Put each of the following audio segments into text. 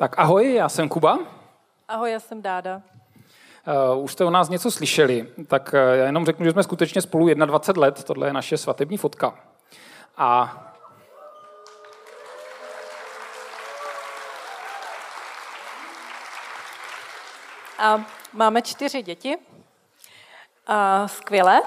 Tak ahoj, já jsem Kuba. Ahoj, já jsem Dáda. Už jste o nás něco slyšeli, tak já jenom řeknu, že jsme skutečně spolu 21 let, tohle je naše svatební fotka. A máme 4 děti. Skvěle.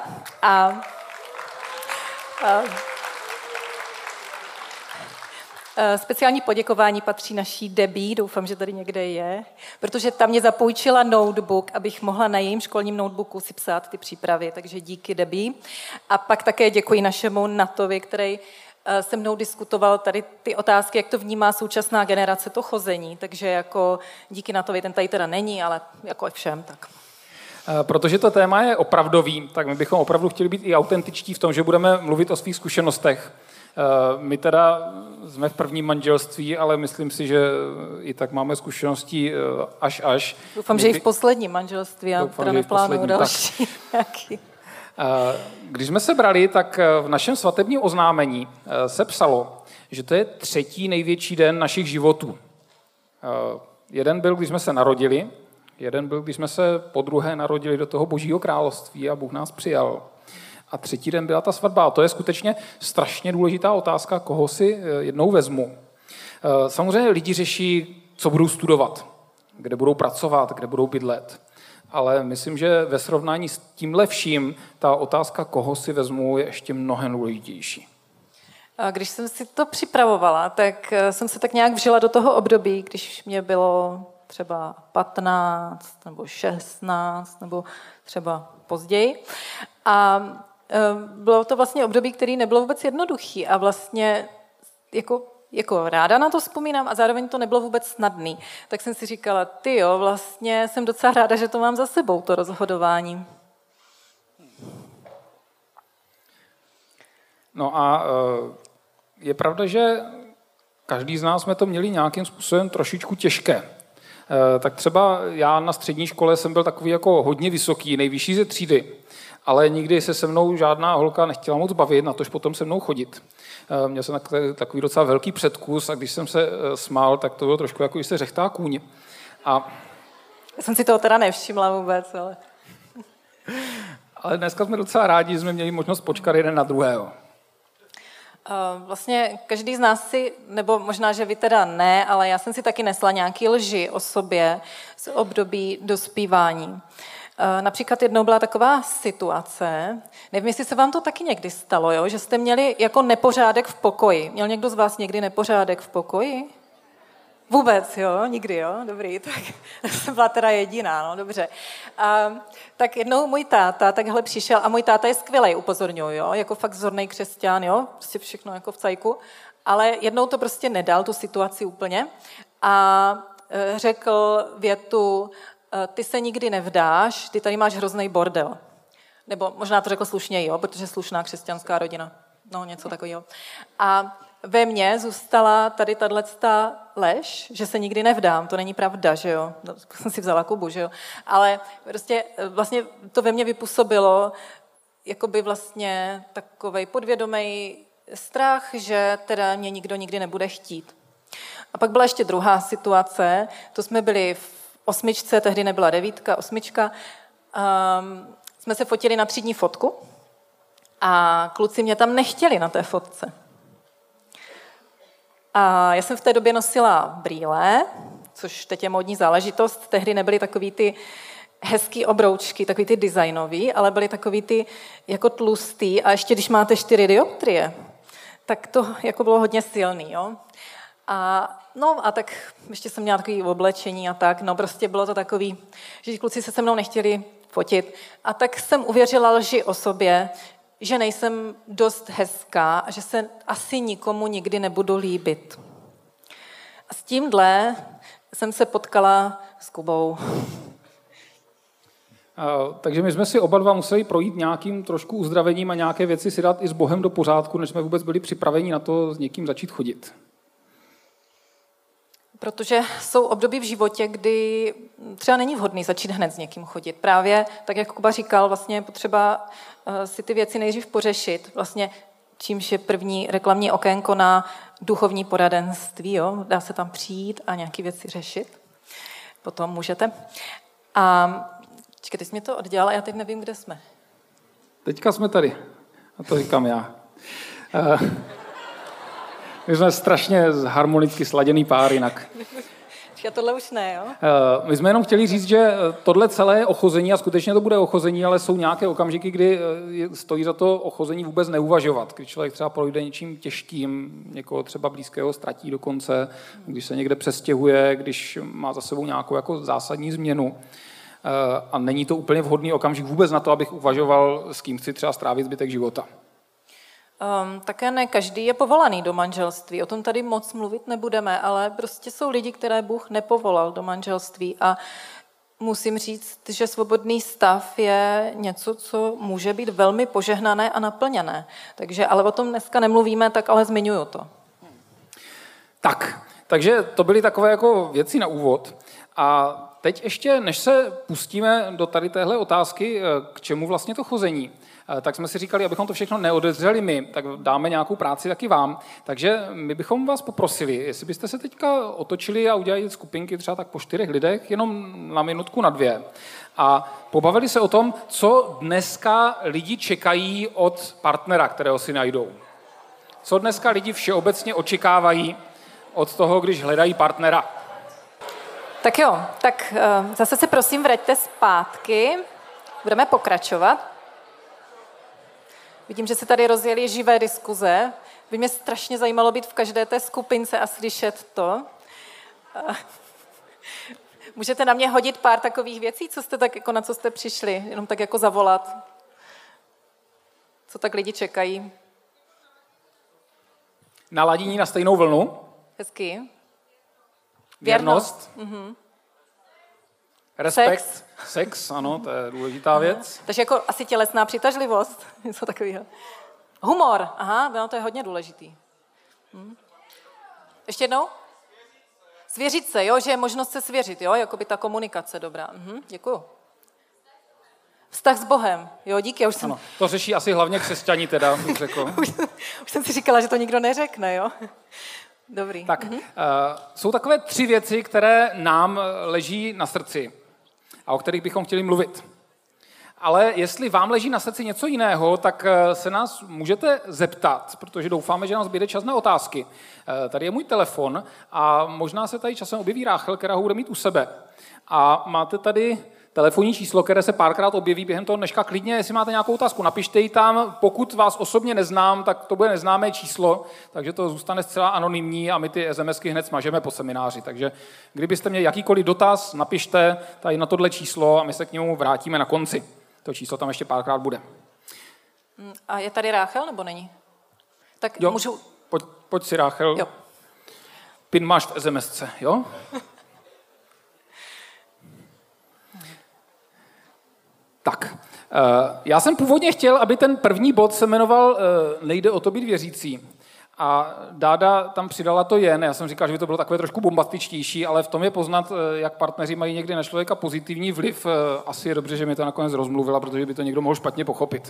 Speciální poděkování patří naší Debbie, doufám, že tady někde je, protože ta mě zapůjčila notebook, abych mohla na jejím školním notebooku si psát ty přípravy, takže díky Debbie. A pak také děkuji našemu Natovi, který se mnou diskutoval tady ty otázky, jak to vnímá současná generace, to chození, takže jako díky Natovi, ten tady teda není, ale jako všem, tak. Protože to téma je opravdový, tak my bychom opravdu chtěli být i autentičtí v tom, že budeme mluvit o svých zkušenostech. My teda jsme v prvním manželství, ale myslím si, že i tak máme zkušenosti až. Doufám, že i v posledním manželství, já teda neplánuju další nějaký. Když jsme se brali, tak v našem svatebním oznámení se psalo, že to je 3. největší den našich životů. Jeden byl, když jsme se narodili, jeden byl, když jsme se podruhé narodili do toho Božího království a Bůh nás přijal. A 3. den byla ta svatba. A to je skutečně strašně důležitá otázka, koho si jednou vezmu. Samozřejmě lidi řeší, co budou studovat, kde budou pracovat, kde budou bydlet. Ale myslím, že ve srovnání s tímhle vším ta otázka, koho si vezmu, je ještě mnohem důležitější. Když jsem si to připravovala, tak jsem se tak nějak vžila do toho období, když mě bylo třeba 15 nebo 16 nebo třeba později. A bylo to vlastně období, který nebylo vůbec jednoduchý a vlastně jako ráda na to vzpomínám a zároveň to nebylo vůbec snadný. Tak jsem si říkala, vlastně jsem docela ráda, že to mám za sebou, to rozhodování. No a je pravda, že každý z nás jsme to měli nějakým způsobem trošičku těžké. Tak třeba já na střední škole jsem byl takový jako hodně vysoký, nejvyšší ze třídy, ale nikdy se mnou žádná holka nechtěla moc bavit, natož potom se mnou chodit. Měl jsem takový docela velký předkus a když jsem se smál, tak to bylo trošku jako, když se řechtá kůň. Já jsem si toho teda nevšimla vůbec, ale... Ale dneska jsme docela rádi, že jsme měli možnost počkat jeden na druhého. Vlastně každý z nás si, nebo možná, že vy teda ne, ale já jsem si taky nesla nějaký lži o sobě z období dospívání. Například jednou byla taková situace, nevím, jestli se vám to taky někdy stalo, jo? Že jste měli jako nepořádek v pokoji. Měl někdo z vás někdy nepořádek v pokoji? Vůbec, jo? Nikdy, jo? Dobrý, tak jsem byla teda jediná, no, dobře. Tak jednou můj táta takhle přišel, a můj táta je skvělej, upozorňuji, jo? Jako fakt vzornej křesťan, jo? Prostě všechno jako v cajku, ale jednou to prostě nedal, tu situaci úplně, a řekl větu: ty se nikdy nevdáš, ty tady máš hrozný bordel. Nebo možná to řekl slušněji, jo, protože slušná křesťanská rodina. No, něco takového. A ve mně zůstala tady tato lež, že se nikdy nevdám. To není pravda, že jo. No, jsem si vzala Kubu, že jo. Ale prostě vlastně to ve mně vypůsobilo jakoby vlastně takovej podvědomý strach, že teda mě nikdo nikdy nebude chtít. A pak byla ještě druhá situace, to jsme byli v 8, tehdy nebyla 9, 8. Jsme se fotili na třídní fotku a kluci mě tam nechtěli na té fotce. A já jsem v té době nosila brýle, což teď je módní záležitost. Tehdy nebyly takový ty hezký obroučky, takový ty designový, ale byly takový ty jako tlustý, a ještě když máte 4 dioptrie, tak to jako bylo hodně silný, jo. A tak ještě jsem měla takový oblečení a tak, no prostě bylo to takový, že ti kluci se se mnou nechtěli fotit. A tak jsem uvěřila lži o sobě, že nejsem dost hezká a že se asi nikomu nikdy nebudu líbit. A s tímhle jsem se potkala s Kubou. Takže my jsme si oba dva museli projít nějakým trošku uzdravením a nějaké věci si dát i s Bohem do pořádku, než jsme vůbec byli připraveni na to s někým začít chodit. Protože jsou období v životě, kdy třeba není vhodný začít hned s někým chodit. Právě, tak jak Kuba říkal, vlastně je potřeba si ty věci nejdřív pořešit. Vlastně čímž je první reklamní okénko na duchovní poradenství. Jo? Dá se tam přijít a nějaké věci řešit. Potom můžete. A čekaj, ty jsi mě to oddělala, já teď nevím, kde jsme. Teďka jsme tady. A to říkám já. My jsme strašně harmonicky sladěný pár jinak. A tohle už ne, jo? My jsme jenom chtěli říct, že tohle celé je ochození a skutečně to bude ochození, ale jsou nějaké okamžiky, kdy stojí za to ochození vůbec neuvažovat. Když člověk třeba projde něčím těžkým, někoho třeba blízkého ztratí dokonce, když se někde přestěhuje, když má za sebou nějakou jako zásadní změnu. A není to úplně vhodný okamžik vůbec na to, abych uvažoval, s kým chci třeba strávit zbytek života. Také ne každý je povolaný do manželství. O tom tady moc mluvit nebudeme, ale prostě jsou lidi, které Bůh nepovolal do manželství a musím říct, že svobodný stav je něco, co může být velmi požehnané a naplněné. Takže, ale o tom dneska nemluvíme, tak ale zmiňuju to. Takže to byly takové jako věci na úvod. A teď ještě, než se pustíme do tady téhle otázky, k čemu vlastně to chození, tak jsme si říkali, abychom to všechno neodezřeli my, tak dáme nějakou práci taky vám. Takže my bychom vás poprosili, jestli byste se teďka otočili a udělali skupinky třeba tak po 4 lidech, jenom na minutku, na 2. A pobavili se o tom, co dneska lidi čekají od partnera, kterého si najdou. Co dneska lidi všeobecně očekávají od toho, když hledají partnera. Tak jo, tak zase se prosím vraťte zpátky. Budeme pokračovat. Vidím, že se tady rozjeli živé diskuze. By mě strašně zajímalo být v každé té skupince a slyšet to. Můžete na mě hodit pár takových věcí, co jste tak, jako na co jste přišli? Jenom tak jako zavolat. Co tak lidi čekají? Naladění na stejnou vlnu. Hezky. Věrnost. Mhm. Respekt. Sex, ano, to je důležitá věc. Takže jako asi tělesná přitažlivost. Něco takového. Humor. Aha, no, to je hodně důležitý. Ještě jednou? Svěřit se, jo, že je možnost se svěřit, jo, jako by ta komunikace dobrá. Děkuju. Vztah s Bohem, jo, díky. Já už jsem... Ano, to řeší asi hlavně křesťani teda, bych řekl. už jsem si říkala, že to nikdo neřekne, jo. Dobrý. Tak, jsou takové 3 věci, které nám leží na srdci a o kterých bychom chtěli mluvit. Ale jestli vám leží na srdci něco jiného, tak se nás můžete zeptat, protože doufáme, že nám zbyde čas na otázky. Tady je můj telefon a možná se tady časem objeví Ráchel, která ho bude mít u sebe. A máte tady telefonní číslo, které se párkrát objeví během toho dneška. Klidně, jestli máte nějakou otázku, napište ji tam. Pokud vás osobně neznám, tak to bude neznámé číslo, takže to zůstane zcela anonymní a my ty SMSky hned smažeme po semináři. Takže kdybyste měli jakýkoliv dotaz, napište tady na tohle číslo a my se k němu vrátíme na konci. To číslo tam ještě párkrát bude. A je tady Ráchel, nebo není? Tak jo, můžu... Pojď si, Ráchel. Jo. PIN máš v SMSce, jo? Tak, já jsem původně chtěl, aby ten první bod se jmenoval Nejde o to být věřící. A Dáda tam přidala to jen. Já jsem říkal, že by to bylo takové trošku bombastičtější, ale v tom je poznat, jak partneři mají někdy na člověka pozitivní vliv. Asi je dobře, že mi to nakonec rozmluvila, protože by to někdo mohl špatně pochopit.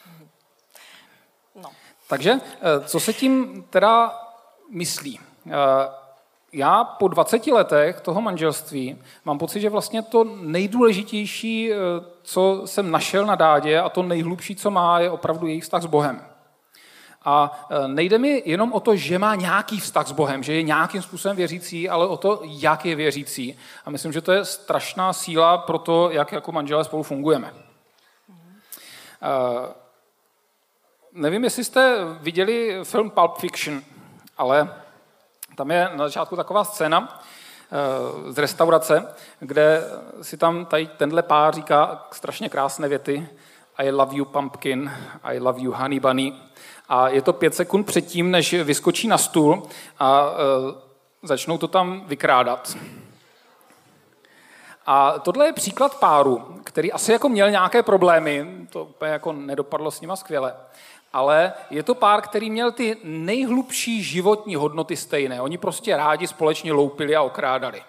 No. Takže, co se tím teda myslí? Já po 20 letech toho manželství mám pocit, že vlastně to nejdůležitější, co jsem našel na Dádě a to nejhlubší, co má, je opravdu jejich vztah s Bohem. A nejde mi jenom o to, že má nějaký vztah s Bohem, že je nějakým způsobem věřící, ale o to, jak je věřící. A myslím, že to je strašná síla pro to, jak jako manželé spolu fungujeme. Nevím, jestli jste viděli film Pulp Fiction, ale tam je na začátku taková scéna z restaurace, kde si tam tady tenhle pár říká strašně krásné věty. I love you pumpkin, I love you honey bunny. A je to 5 sekund předtím, než vyskočí na stůl a začnou to tam vykrádat. A tohle je příklad páru, který asi jako měl nějaké problémy, to úplně jako nedopadlo s nima skvěle. Ale je to pár, který měl ty nejhlubší životní hodnoty stejné. Oni prostě rádi společně loupili a okrádali.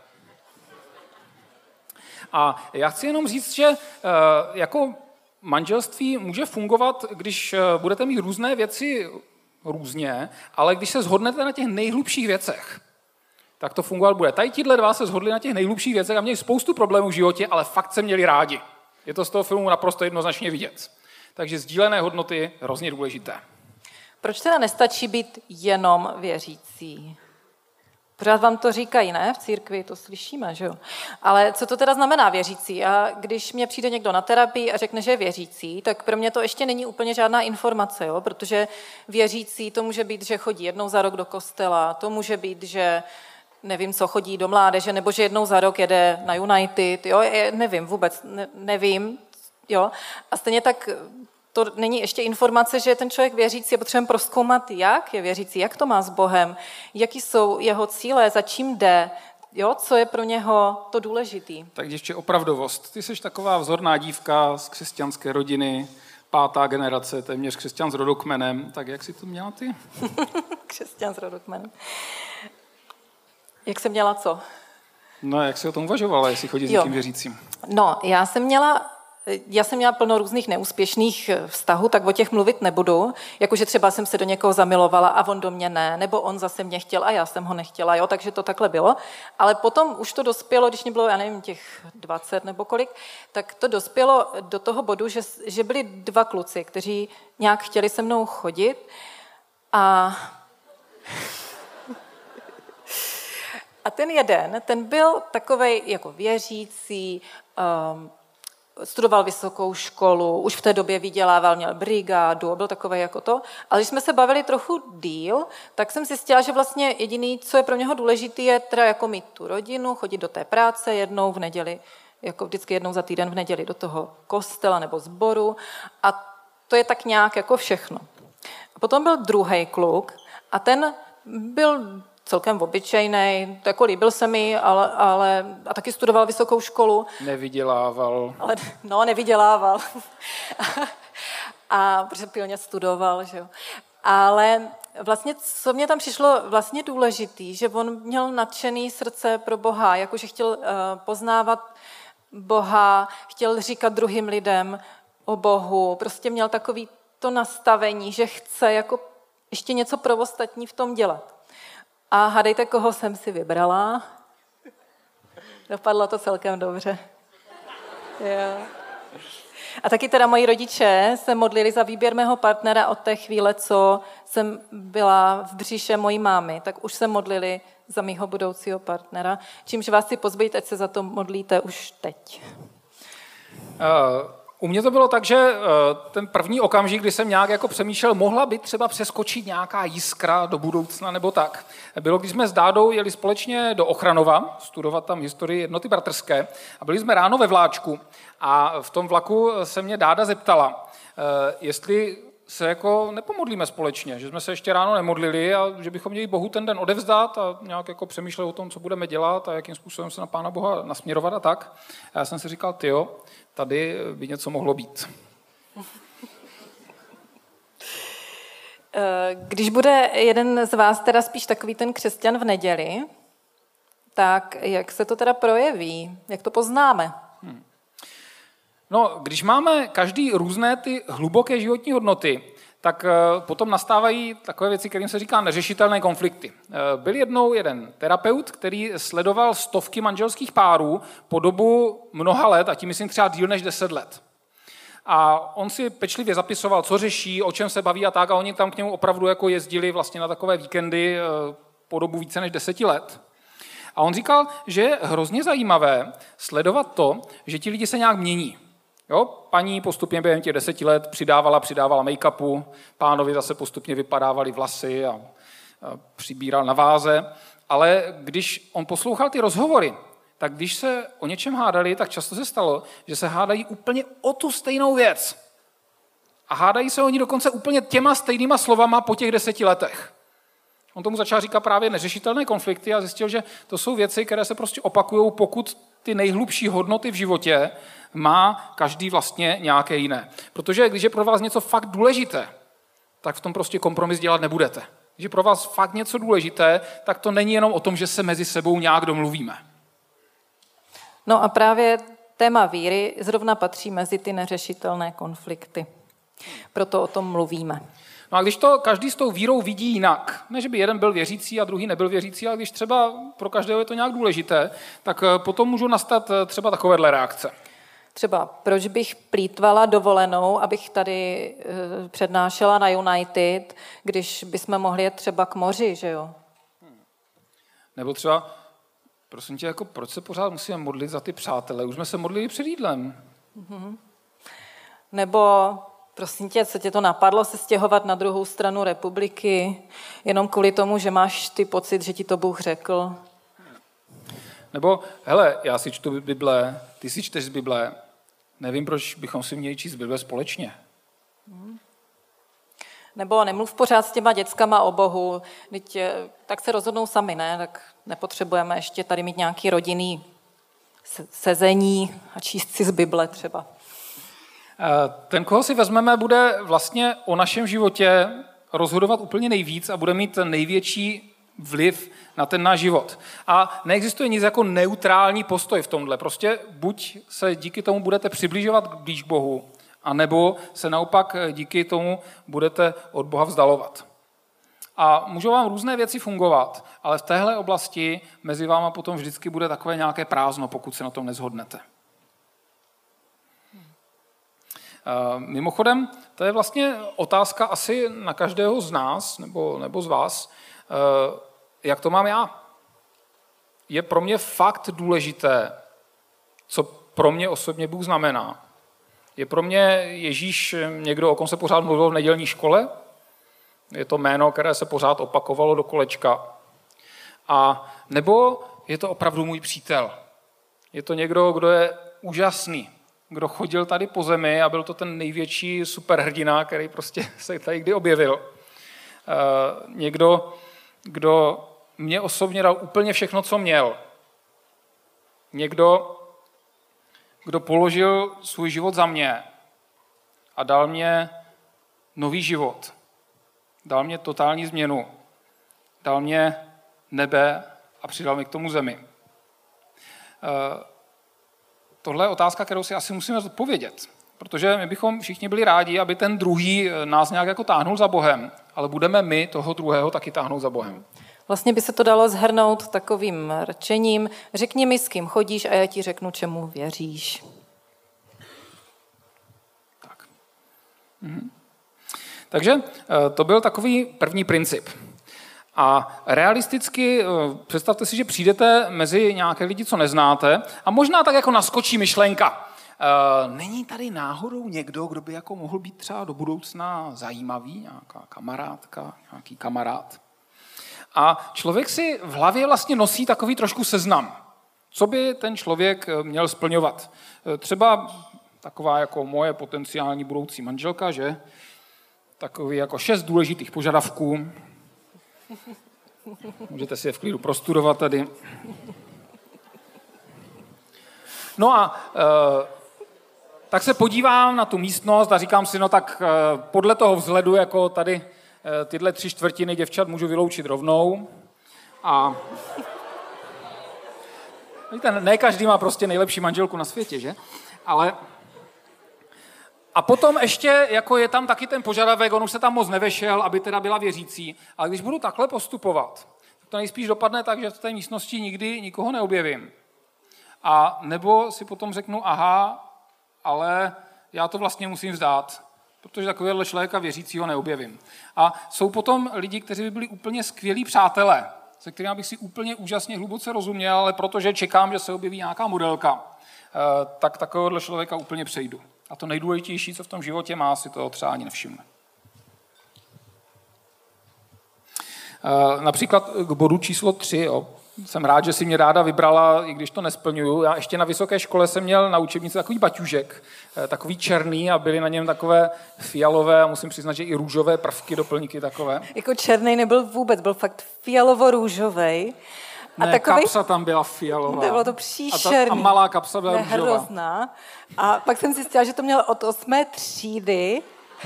A já chci jenom říct, že jako manželství může fungovat, když budete mít různé věci různě, ale když se shodnete na těch nejhlubších věcech, tak to fungovat bude. Tady tihle dva se shodli na těch nejhlubších věcech a měli spoustu problémů v životě, ale fakt se měli rádi. Je to z toho filmu naprosto jednoznačně vidět. Takže sdílené hodnoty je hrozně důležité. Proč teda nestačí být jenom věřící? Pořád vám to říkají, ne? V církvi to slyšíme, že jo? Ale co to teda znamená věřící? A když mě přijde někdo na terapii a řekne, že je věřící, tak pro mě to ještě není úplně žádná informace, jo? Protože věřící to může být, že chodí jednou za rok do kostela, to může být, že nevím, co chodí do mládeže, nebo že jednou za rok jede na United, jo? Nevím vůbec, nevím, jo? A stejně tak to není ještě informace, že ten člověk věřící, je potřebujeme prozkoumat, jak je věřící, jak to má s Bohem, jaký jsou jeho cíle, za čím jde, jo, co je pro něho to důležitý. Tak ještě opravdovost. Ty jsi taková vzorná dívka z křesťanské rodiny, 5. generace, téměř křesťan s rodokmenem. Tak jak jsi to měla ty? Křesťan s rodokmenem. Jak jsem měla co? No, jak jsi o tom uvažovala, jestli chodí s někým věřícím? No, já jsem měla plno různých neúspěšných vztahů, tak o těch mluvit nebudu. Jakože třeba jsem se do někoho zamilovala a on do mě ne, nebo on zase mě chtěl a já jsem ho nechtěla, jo, takže to takhle bylo. Ale potom už to dospělo, když mě bylo, já nevím, těch 20 nebo kolik, tak to dospělo do toho bodu, že byli 2 kluci, kteří nějak chtěli se mnou chodit a ten jeden, ten byl takovej jako věřící, studoval vysokou školu, už v té době vydělával, měl brigádu, byl takový jako to. Ale když jsme se bavili trochu díl, tak jsem zjistila, že vlastně jediný, co je pro něho důležitý, je teda jako mít tu rodinu, chodit do té práce jednou v neděli, jako vždycky jednou za týden v neděli do toho kostela nebo sboru a to je tak nějak jako všechno. A potom byl druhý kluk a ten byl celkem obyčejnej, jako líbil se mi, ale a taky studoval vysokou školu. Nevydělával. Nevydělával. a protože pilně studoval, že jo. Ale vlastně, co mě tam přišlo vlastně důležitý, že on měl nadšený srdce pro Boha, jakože chtěl poznávat Boha, chtěl říkat druhým lidem o Bohu, prostě měl takový to nastavení, že chce jako ještě něco pro ostatní v tom dělat. A hádejte, koho jsem si vybrala? Dopadlo to celkem dobře. Jo. A taky teda moji rodiče se modlili za výběr mého partnera od té chvíle, co jsem byla v břiše mojí mámy, tak už se modlili za mýho budoucího partnera, čímž vás si pozbejte, ať se za to modlíte už teď. U mě to bylo tak, že ten první okamžik, kdy jsem nějak jako přemýšlel, mohla by třeba přeskočit nějaká jiskra do budoucna nebo tak. Bylo, když jsme s Dádou jeli společně do Ochranova, studovat tam historii Jednoty bratrské a byli jsme ráno ve vláčku a v tom vlaku se mě Dáda zeptala, jestli se jako nepomodlíme společně, že jsme se ještě ráno nemodlili a že bychom měli Bohu ten den odevzdat a nějak jako přemýšleli o tom, co budeme dělat a jakým způsobem se na Pána Boha nasměrovat a tak. A já jsem si říkal, tyjo, tady by něco mohlo být. Když bude jeden z vás teda spíš takový ten křesťan v neděli, tak jak se to teda projeví? Jak to poznáme? No, když máme každý různé ty hluboké životní hodnoty, tak potom nastávají takové věci, kterým se říká neřešitelné konflikty. Byl jednou jeden terapeut, který sledoval stovky manželských párů po dobu mnoha let, a tím myslím třeba díl než 10 let. A on si pečlivě zapisoval, co řeší, o čem se baví a tak, a oni tam k němu opravdu jako jezdili vlastně na takové víkendy po dobu více než 10 let. A on říkal, že je hrozně zajímavé sledovat to, že ti lidi se nějak mění. Jo? Paní postupně během těch 10 let přidávala make-upu, pánovi zase postupně vypadávaly vlasy a přibíral na váze. Ale když on poslouchal ty rozhovory, tak když se o něčem hádali, tak často se stalo, že se hádají úplně o tu stejnou věc. A hádají se oni dokonce úplně těma stejnýma slovama po těch 10 letech. On tomu začal říkat právě neřešitelné konflikty a zjistil, že to jsou věci, které se prostě opakujou, pokud ty nejhlubší hodnoty v životě má každý vlastně nějaké jiné. Protože když je pro vás něco fakt důležité, tak v tom prostě kompromis dělat nebudete. Když je pro vás fakt něco důležité, tak to není jenom o tom, že se mezi sebou nějak domluvíme. No a právě téma víry zrovna patří mezi ty neřešitelné konflikty. Proto o tom mluvíme. No a když to každý s tou vírou vidí jinak, ne, že by jeden byl věřící a druhý nebyl věřící, ale když třeba pro každého je to nějak důležité, tak potom můžou nastat třeba takovéhle reakce. Třeba proč bych plýtvala dovolenou, abych tady přednášela na United, když bychom mohli jet třeba k moři, že jo? Nebo třeba, prosím tě, jako proč se pořád musíme modlit za ty přátele? Už jsme se modlili před jídlem. Nebo, prosím tě, co tě to napadlo se stěhovat na druhou stranu republiky, jenom kvůli tomu, že máš ty pocit, že ti to Bůh řekl? Nebo, hele, já si čtu Bible, ty si čteš z Bible, nevím, proč bychom si měli číst Bible společně. Nebo nemluv pořád s těma dětskama o Bohu, tak se rozhodnou sami, ne? Tak nepotřebujeme ještě tady mít nějaký rodinný sezení a číst si z Bible třeba. Ten, koho si vezmeme, bude vlastně o našem životě rozhodovat úplně nejvíc a bude mít největší vliv na ten náš život. A neexistuje nic jako neutrální postoj v tomhle. Prostě buď se díky tomu budete přibližovat blíž k Bohu, anebo se naopak díky tomu budete od Boha vzdalovat. A můžou vám různé věci fungovat, ale v téhle oblasti mezi váma potom vždycky bude takové nějaké prázdno, pokud se na tom neshodnete. Mimochodem, to je vlastně otázka asi na každého z nás nebo z vás, jak to mám já. Je pro mě fakt důležité, co pro mě osobně Bůh znamená. Je pro mě Ježíš někdo, o kom se pořád mluvil v nedělní škole? Je to jméno, které se pořád opakovalo do kolečka. A nebo je to opravdu můj přítel? Je to někdo, kdo je úžasný, kdo chodil tady po zemi a byl to ten největší superhrdina, který prostě se tady kdy objevil. Někdo, kdo mě osobně dal úplně všechno, co měl. Někdo, kdo položil svůj život za mě a dal mě nový život. Dal mě totální změnu. Dal mě nebe a přidal mi k tomu zemi. Tohle je otázka, kterou si asi musíme zodpovědět, protože my bychom všichni byli rádi, aby ten druhý nás nějak jako táhnul za Bohem, ale budeme my toho druhého taky táhnout za Bohem. Vlastně by se to dalo shrnout takovým rčením: řekni mi, s kým chodíš a já ti řeknu, čemu věříš. Tak. Takže to byl takový první princip. A realisticky představte si, že přijdete mezi nějaké lidi, co neznáte, a možná tak jako naskočí myšlenka. Není tady náhodou někdo, kdo by jako mohl být třeba do budoucna zajímavý, nějaká kamarádka, nějaký kamarád? A člověk si v hlavě vlastně nosí takový trošku seznam, co by ten člověk měl splňovat. Třeba taková jako moje potenciální budoucí manželka, že? Takový jako 6 důležitých požadavků. Můžete si je v klidu prostudovat tady. No a tak se podívám na tu místnost a říkám si, no tak podle toho vzhledu, jako tady tyhle 3/4 děvčat můžu vyloučit rovnou. A víte, ne každý má prostě nejlepší manželku na světě, že? Ale a potom ještě jako je tam taky ten požadavek, on už se tam moc nevešel, aby teda byla věřící. Ale když budu takhle postupovat, tak to nejspíš dopadne tak, že v té místnosti nikdy nikoho neobjevím. A nebo si potom řeknu, aha, ale já to vlastně musím vzdát, protože takovéhle člověka věřícího neobjevím. A jsou potom lidi, kteří by byli úplně skvělí přátelé, se kterými bych si úplně úžasně hluboce rozuměl, ale protože čekám, že se objeví nějaká modelka, tak takovéhle člověka úplně přejdu. A to nejdůležitější, co v tom životě má, si toho třeba ani nevšimne. Například k bodu číslo 3. Jo. Jsem rád, že si mě ráda vybrala, i když to nesplňuju. Já ještě na vysoké škole jsem měl na učebnici takový baťužek, takový černý a byly na něm takové fialové a musím přiznat, že i růžové prvky, doplňky takové. Jako černý nebyl vůbec, byl fakt fialovo-růžovej. A ne, takový... kapsa tam byla fialová. Bylo to příšerný. A malá kapsa byla růžová. Hrozná. A pak jsem zjistila, že to měl od 8. třídy.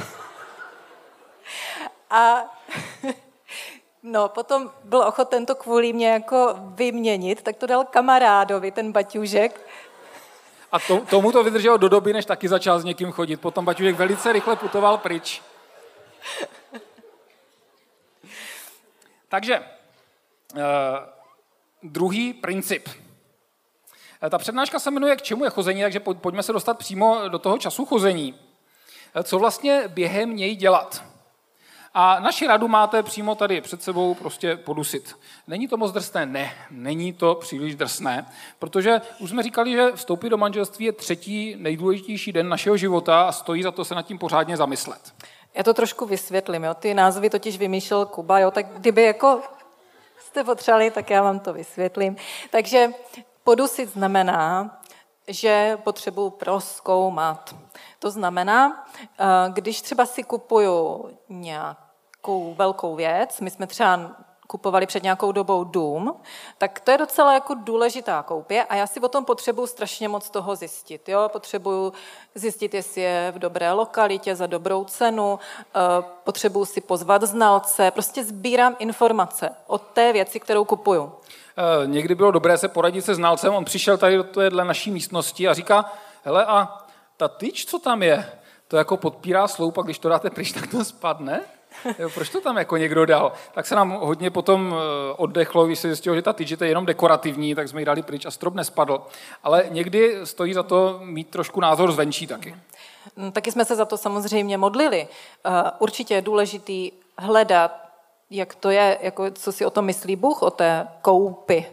A no, potom byl ochoten to kvůli mě jako vyměnit, tak to dal kamarádovi, ten baťužek. A tomu to vydrželo do doby, než taky začal s někým chodit. Potom baťužek velice rychle putoval pryč. Takže druhý princip. Ta přednáška se jmenuje K čemu je chození, takže pojďme se dostat přímo do toho času chození. Co vlastně během něj dělat? A naši radu máte přímo tady před sebou prostě podusit. Není to moc drsné? Ne, není to příliš drsné, protože už jsme říkali, že vstoupit do manželství je třetí nejdůležitější den našeho života a stojí za to se nad tím pořádně zamyslet. Já to trošku vysvětlím, jo. Ty názvy totiž vymýšlel Kuba, jo, tak kdyby jako jste potřebovali, tak já vám to vysvětlím. Takže podusit znamená, že potřebuji prozkoumat. To znamená, když třeba si kupuju nějakou velkou věc, my jsme třeba kupovali před nějakou dobou dům, tak to je docela jako důležitá koupě a já si o tom potřebuji strašně moc toho zjistit. Jo? Potřebuji zjistit, jestli je v dobré lokalitě, za dobrou cenu, potřebuji si pozvat znalce, prostě sbírám informace o té věci, kterou kupuju. Někdy bylo dobré se poradit se znalcem, on přišel tady do téhle naší místnosti a říká, hele, a ta tyč, co tam je, to jako podpírá sloup a když to dáte pryč, tak to spadne? Jo, proč to tam jako někdo dal? Tak se nám hodně potom oddechlo, když se zjistilo, že ta tyč je jenom dekorativní, tak jsme ji dali pryč a strop nespadl. Ale někdy stojí za to mít trošku názor zvenčí taky. Taky jsme se za to samozřejmě modlili. Určitě je důležitý hledat, jak to je, jako co si o tom myslí Bůh, o té koupi.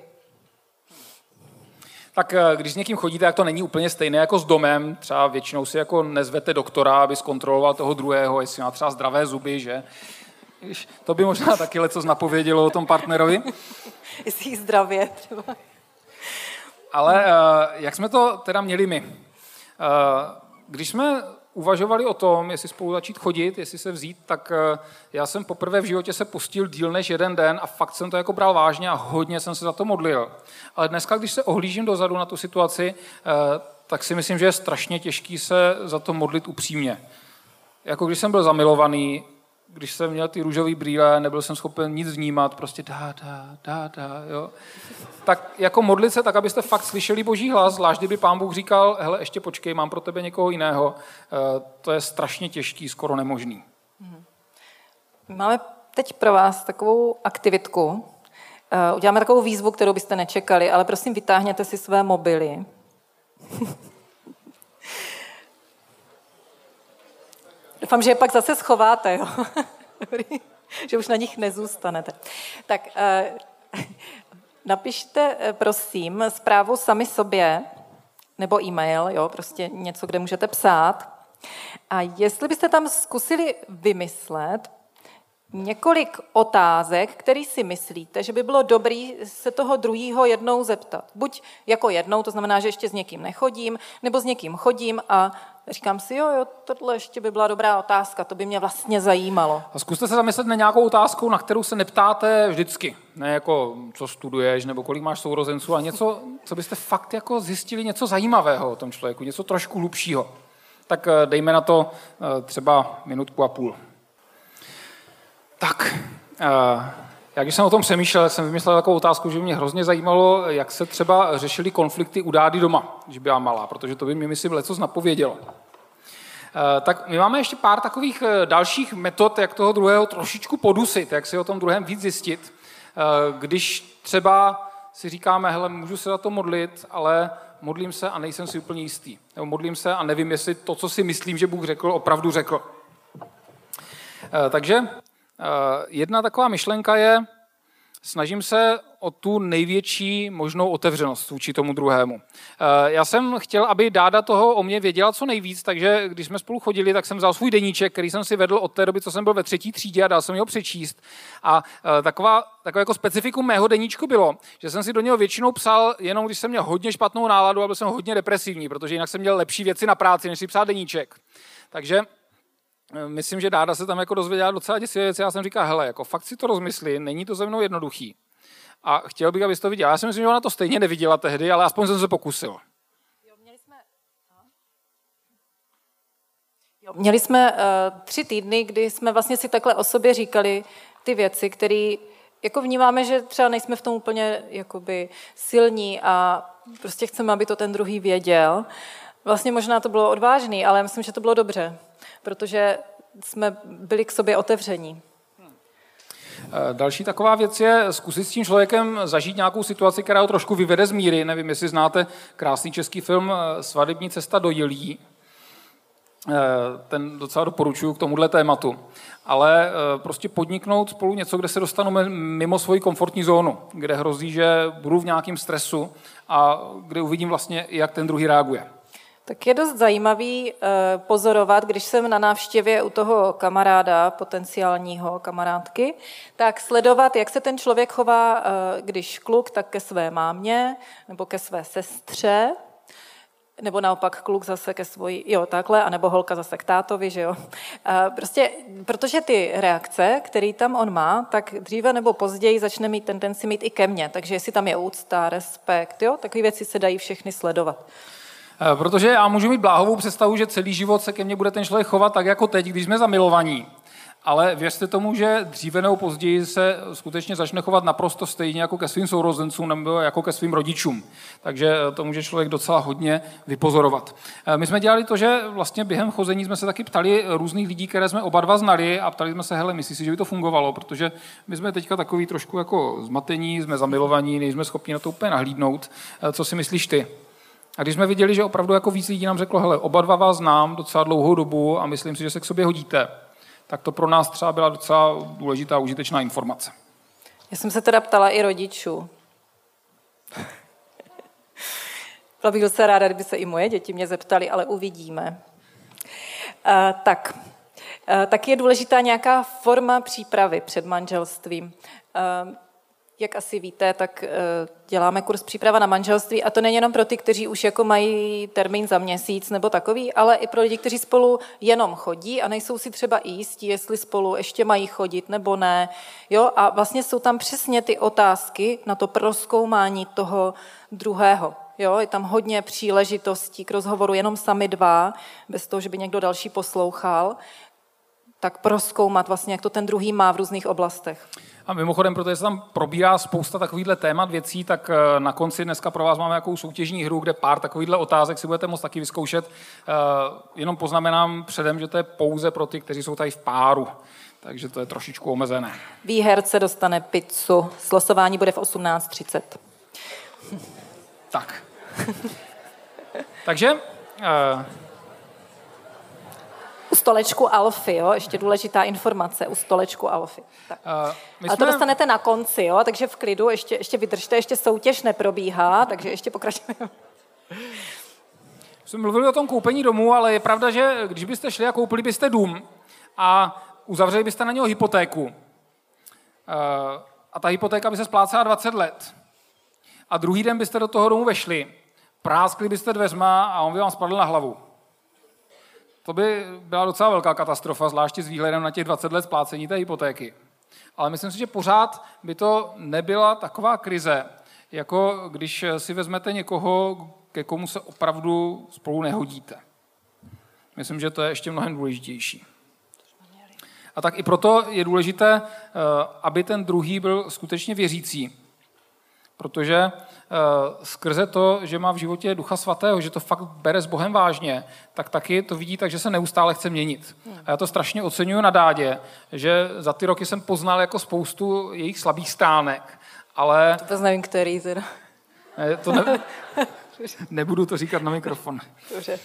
Tak když s někým chodíte, tak to není úplně stejné jako s domem. Třeba většinou si jako nezvete doktora, aby zkontroloval toho druhého, jestli má třeba zdravé zuby, že? To by možná taky lecos napovědělo o tom partnerovi. Jestli zdravě třeba. Ale jak jsme to teda měli my? Když jsme uvažovali o tom, jestli spolu začít chodit, jestli se vzít, tak já jsem poprvé v životě se pustil díl než jeden den a fakt jsem to jako bral vážně a hodně jsem se za to modlil. Ale dneska, když se ohlížím dozadu na tu situaci, tak si myslím, že je strašně těžký se za to modlit upřímně. Jako když jsem byl zamilovaný, když jsem měl ty růžový brýle, nebyl jsem schopen nic vnímat, prostě dá, jo. Tak jako modlit se tak, abyste fakt slyšeli Boží hlas, zvlášť kdyby Pán Bůh říkal, hele, ještě počkej, mám pro tebe někoho jiného, to je strašně těžký, skoro nemožný. Máme teď pro vás takovou aktivitku. Uděláme takovou výzvu, kterou byste nečekali, ale prosím, vytáhněte si své mobily. Doufám, že je pak zase schováte, jo? Že už na nich nezůstanete. Tak napište, prosím, zprávu sami sobě, nebo e-mail, jo, prostě něco, kde můžete psát. A jestli byste tam zkusili vymyslet několik otázek, který si myslíte, že by bylo dobrý se toho druhého jednou zeptat. Buď jako jednou, to znamená, že ještě s někým nechodím, nebo s někým chodím a říkám si, jo, tohle ještě by byla dobrá otázka, to by mě vlastně zajímalo. A zkuste se zamyslet na nějakou otázku, na kterou se neptáte vždycky. Ne jako, co studuješ, nebo kolik máš sourozenců, a něco, co byste fakt jako zjistili něco zajímavého o tom člověku, něco trošku hlubšího. Tak dejme na to třeba minutku a půl. Tak, já když jsem o tom přemýšlel, jsem vymyslel takovou otázku, že mě hrozně zajímalo, jak se třeba řešily konflikty u dády doma, když byla malá, protože to by mě, myslím, lecos napovědělo. Tak my máme ještě pár takových dalších metod, jak toho druhého trošičku podusit, jak si o tom druhém víc zjistit. Když třeba si říkáme, hele, můžu se za to modlit, ale modlím se a nejsem si úplně jistý. Nebo modlím se a nevím, jestli to, co si myslím, že Bůh řekl, opravdu řekl. Takže jedna taková myšlenka je, snažím se o tu největší možnou otevřenost vůči tomu druhému. Já jsem chtěl, aby dáda toho o mě věděla co nejvíc, takže když jsme spolu chodili, tak jsem vzal svůj deníček, který jsem si vedl od té doby, co jsem byl ve 3. třídě a dal jsem ho přečíst. A takové jako specifikum mého deníčku bylo, že jsem si do něho většinou psal jenom, když jsem měl hodně špatnou náladu a byl jsem hodně depresivní, protože jinak jsem měl lepší věci na práci, než si psát deníček. Takže myslím, že dáda se tam jako dozvěděla docela děsivé věci. Já jsem říkal, hele, jako fakt si to rozmysli, není to ze mnou jednoduchý. A chtěl bych, abys to viděla. Já si myslím, že ona to stejně neviděla tehdy, ale aspoň jsem se pokusil. Měli jsme 3 týdny, kdy jsme vlastně si takhle o sobě říkali ty věci, které jako vnímáme, že třeba nejsme v tom úplně jakoby silní a prostě chceme, aby to ten druhý věděl. Vlastně možná to bylo odvážný, ale myslím, že to bylo dobře, protože jsme byli k sobě otevření. Další taková věc je zkusit s tím člověkem zažít nějakou situaci, která ho trošku vyvede z míry. Nevím, jestli znáte krásný český film Svatební cesta do Jilí. Ten docela doporučuji k tomuhle tématu. Ale prostě podniknout spolu něco, kde se dostanu mimo svoji komfortní zónu, kde hrozí, že budu v nějakém stresu a kde uvidím vlastně, jak ten druhý reaguje. Tak je dost zajímavý pozorovat, když jsem na návštěvě u toho kamaráda, potenciálního kamarádky, tak sledovat, jak se ten člověk chová, když kluk, tak ke své mámě nebo ke své sestře, nebo naopak kluk zase ke svojí, jo, takhle, anebo holka zase k tátovi, že jo. Prostě, protože ty reakce, které tam on má, tak dříve nebo později začne mít tendenci mít i ke mně, takže jestli tam je úcta, respekt, jo, takové věci se dají všechny sledovat. Protože já můžu mít bláhovou představu, že celý život se ke mně bude ten člověk chovat tak jako teď, když jsme zamilovaní. Ale věřte tomu, že dříve nebo později se skutečně začne chovat naprosto stejně jako ke svým sourozencům nebo jako ke svým rodičům. Takže to může člověk docela hodně vypozorovat. My jsme dělali to, že vlastně během chození jsme se taky ptali různých lidí, které jsme oba dva znali a ptali jsme se, hele, myslíš si, že by to fungovalo, protože my jsme teďka takový trošku jako zmatení, jsme zamilovaní, nejsme schopni na to úplně nahlídnout. Co si myslíš ty? A když jsme viděli, že opravdu jako víc lidí nám řeklo, hele, oba dva vás znám docela dlouhou dobu a myslím si, že se k sobě hodíte, tak to pro nás třeba byla docela důležitá a užitečná informace. Já jsem se teda ptala i rodičů. Byla bych docela ráda, kdyby se i moje děti mě zeptali, ale uvidíme. Tak je důležitá nějaká forma přípravy před manželstvím. Jak asi víte, tak děláme kurz příprava na manželství a to není jenom pro ty, kteří už jako mají termín za měsíc nebo takový, ale i pro lidi, kteří spolu jenom chodí a nejsou si třeba i jistí, jestli spolu ještě mají chodit nebo ne. Jo? A vlastně jsou tam přesně ty otázky na to prozkoumání toho druhého. Jo? Je tam hodně příležitostí k rozhovoru jenom sami dva, bez toho, že by někdo další poslouchal, tak prozkoumat vlastně, jak to ten druhý má v různých oblastech. A mimochodem, protože se tam probírá spousta takovýchhle témat, věcí, tak na konci dneska pro vás máme nějakou soutěžní hru, kde pár takovýchhle otázek si budete moct taky vyzkoušet. Jenom poznamenám předem, že to je pouze pro ty, kteří jsou tady v páru. Takže to je trošičku omezené. Výherce dostane pizzu. Slosování bude v 18:30. Tak. Takže... U stolečku Alfy, jo? Ještě důležitá informace, u stolečku Alfy. Tak. Ale to dostanete na konci, jo? Takže v klidu, ještě vydržte, ještě soutěž neprobíhá, takže ještě pokračujeme. Jsme mluvili o tom koupení domu, ale je pravda, že když byste šli a koupili byste dům a uzavřeli byste na něho hypotéku a ta hypotéka by se splácela 20 let a druhý den byste do toho domu vešli, práskli byste dveřma a on by vám spadl na hlavu. To by byla docela velká katastrofa, zvláště s výhledem na těch 20 let splácení té hypotéky. Ale myslím si, že pořád by to nebyla taková krize, jako když si vezmete někoho, ke komu se opravdu spolu nehodíte. Myslím, že to je ještě mnohem důležitější. A tak i proto je důležité, aby ten druhý byl skutečně věřící. Protože skrze to, že má v životě Ducha Svatého, že to fakt bere s Bohem vážně, tak taky to vidí tak, že se neustále chce měnit. A já to strašně oceňuji na Dádě, že za ty roky jsem poznal jako spoustu jejich slabých stránek, ale... To nevím, který teda. Nebudu to říkat na mikrofon. Dobře.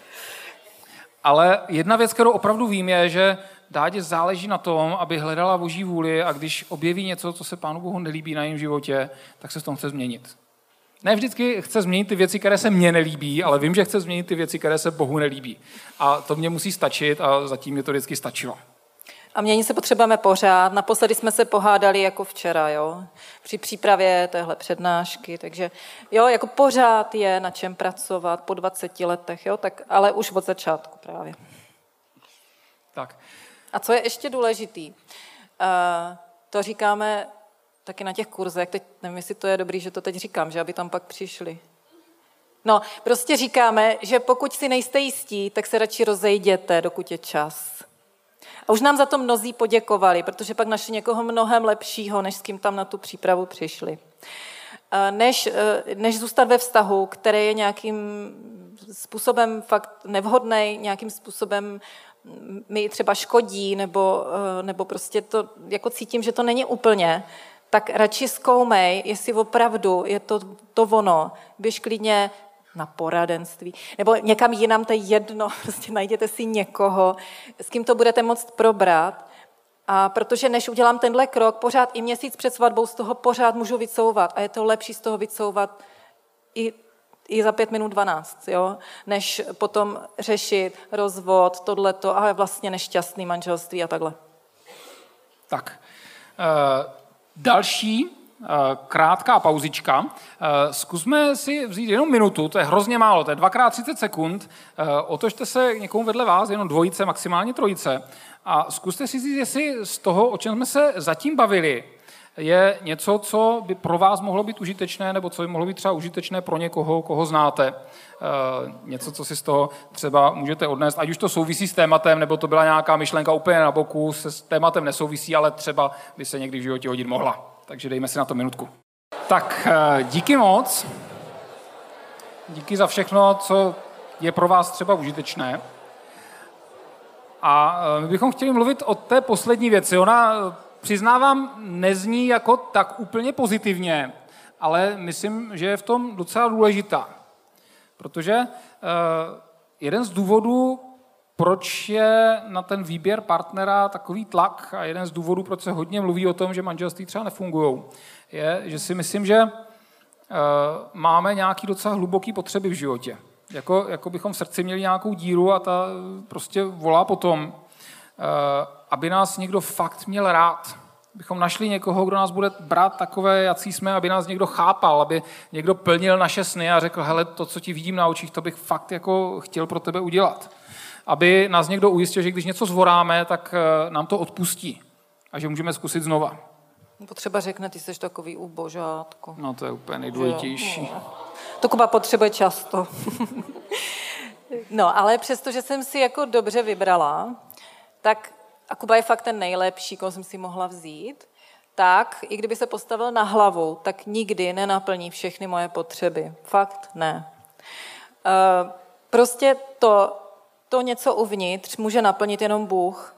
Ale jedna věc, kterou opravdu vím, je, že Dádě záleží na tom, aby hledala Boží vůli a když objeví něco, co se Pánu Bohu nelíbí na jejím životě, tak se v tom chce změnit. Ne vždycky chce změnit ty věci, které se mně nelíbí, ale vím, že chce změnit ty věci, které se Bohu nelíbí. A to mě musí stačit a zatím mě to vždycky stačilo. A měnit se potřebujeme pořád. Naposledy jsme se pohádali jako včera, jo? Při přípravě téhle přednášky, takže jo, jako pořád je na čem pracovat po 20 letech, jo? Tak, ale už od začátku právě. Tak. A co je ještě důležitý? To říkáme taky na těch kurzech, teď nevím, jestli to je dobrý, že to teď říkám, že aby tam pak přišli. No, prostě říkáme, že pokud si nejste jistí, tak se radši rozejděte, dokud je čas. A už nám za to mnozí poděkovali, protože pak našli někoho mnohem lepšího, než s kým tam na tu přípravu přišli. Než zůstat ve vztahu, který je nějakým způsobem fakt nevhodný, nějakým způsobem mi třeba škodí, nebo prostě to jako cítím, že to není úplně, tak radši zkoumej, jestli opravdu je to ono. Běž klidně na poradenství, nebo někam jinam, to je jedno, prostě najděte si někoho, s kým to budete moct probrat. A protože než udělám tenhle krok, pořád i měsíc před svatbou z toho pořád můžu vycouvat a je to lepší z toho vycouvat i za 5 minut 12, jo? Než potom řešit rozvod, tohleto a vlastně nešťastný manželství a takhle. Tak, další krátká pauzička. Zkusme si vzít jenom minutu, to je hrozně málo, to je 2x30 sekund. Otočte se k někomu vedle vás, jenom dvojice, maximálně trojice. A zkuste si říct, jestli z toho, o čem jsme se zatím bavili, je něco, co by pro vás mohlo být užitečné, nebo co by mohlo být třeba užitečné pro někoho, koho znáte. Něco, co si z toho třeba můžete odnést, ať už to souvisí s tématem, nebo to byla nějaká myšlenka úplně na boku, se s tématem nesouvisí, ale třeba by se někdy v životě hodit mohla. Takže dejme si na to minutku. Tak, díky moc. Díky za všechno, co je pro vás třeba užitečné. A my bychom chtěli mluvit o té poslední věci. Ona, přiznávám, nezní jako tak úplně pozitivně, ale myslím, že je v tom docela důležitá. Protože jeden z důvodů, proč je na ten výběr partnera takový tlak a jeden z důvodů, proč se hodně mluví o tom, že manželství třeba nefungují, je, že si myslím, že máme nějaký docela hluboký potřeby v životě. Jako bychom v srdci měli nějakou díru a ta prostě volá potom, aby nás někdo fakt měl rád. Bychom našli někoho, kdo nás bude brát takové, jací jsme, aby nás někdo chápal, aby někdo plnil naše sny a řekl, hele, to, co ti vidím na očích, to bych fakt jako chtěl pro tebe udělat. Aby nás někdo ujistil, že když něco zvoráme, tak nám to odpustí a že můžeme zkusit znova. Potřeba řekne, ty jsi takový ubožátko. No to je úplně nejdůležitější. To Kuba potřebuje často. No, ale přesto, že jsem si jako dobře vybrala, tak a Kuba je fakt ten nejlepší, koho jsem si mohla vzít, tak i kdyby se postavil na hlavu, tak nikdy nenaplní všechny moje potřeby. Fakt ne. Prostě to něco uvnitř může naplnit jenom Bůh.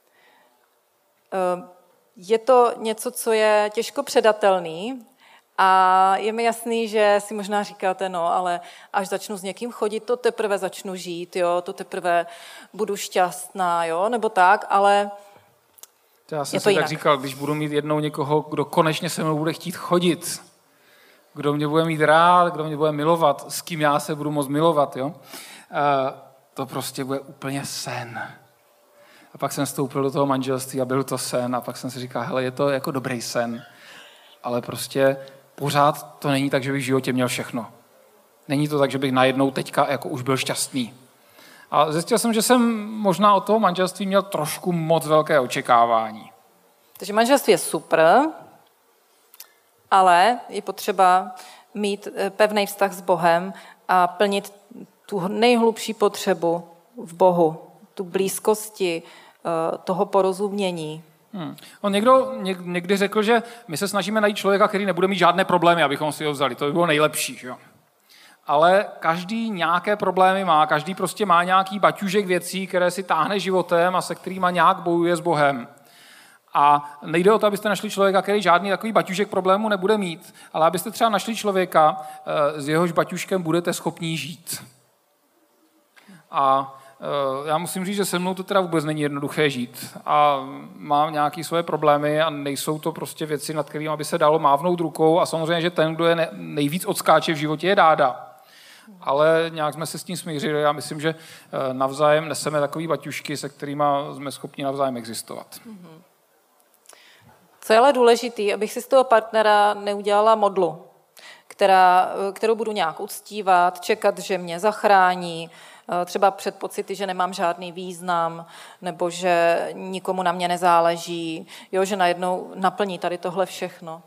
Je to něco, co je těžko předatelný a je mi jasný, že si možná říkáte, no, ale až začnu s někým chodit, to teprve začnu žít, jo, to teprve budu šťastná, jo, nebo tak, ale já jsem si tak říkal, když budu mít jednou někoho, kdo konečně se mnou bude chtít chodit, kdo mě bude mít rád, kdo mě bude milovat, s kým já se budu moct milovat, jo, to prostě bude úplně sen. A pak jsem vstoupil do toho manželství a byl to sen a pak jsem si říkal, hele, je to jako dobrý sen, ale prostě pořád to není tak, že bych v životě měl všechno. Není to tak, že bych najednou teďka jako už byl šťastný. A zjistil jsem, že jsem možná od toho manželství měl trošku moc velké očekávání. Takže manželství je super, ale je potřeba mít pevný vztah s Bohem a plnit tu nejhlubší potřebu v Bohu, tu blízkosti, toho porozumění. On někdy řekl, že my se snažíme najít člověka, který nebude mít žádné problémy, abychom si ho vzali. To by bylo nejlepší, že jo? Ale každý nějaké problémy má, každý prostě má nějaký baťužek věcí, které si táhne životem a se kterýma nějak bojuje s Bohem. A nejde o to, abyste našli člověka, který žádný takový baťužek problému nebude mít, ale abyste třeba našli člověka, s jehož baťuškem budete schopní žít. A já musím říct, že se mnou to teda vůbec není jednoduché žít. A mám nějaké svoje problémy a nejsou to prostě věci, nad kterými by se dalo mávnout rukou. A samozřejmě, že ten, kdo je nejvíc odskáče v životě, je Dáda. Ale nějak jsme se s tím smířili. Já myslím, že navzájem neseme takový baťušky, se kterými jsme schopni navzájem existovat. Co je ale důležitý, abych si z toho partnera neudělala modlu, kterou budu nějak uctívat, čekat, že mě zachrání, třeba před pocity, že nemám žádný význam, nebo že nikomu na mě nezáleží, jo, že najednou naplní tady tohle všechno.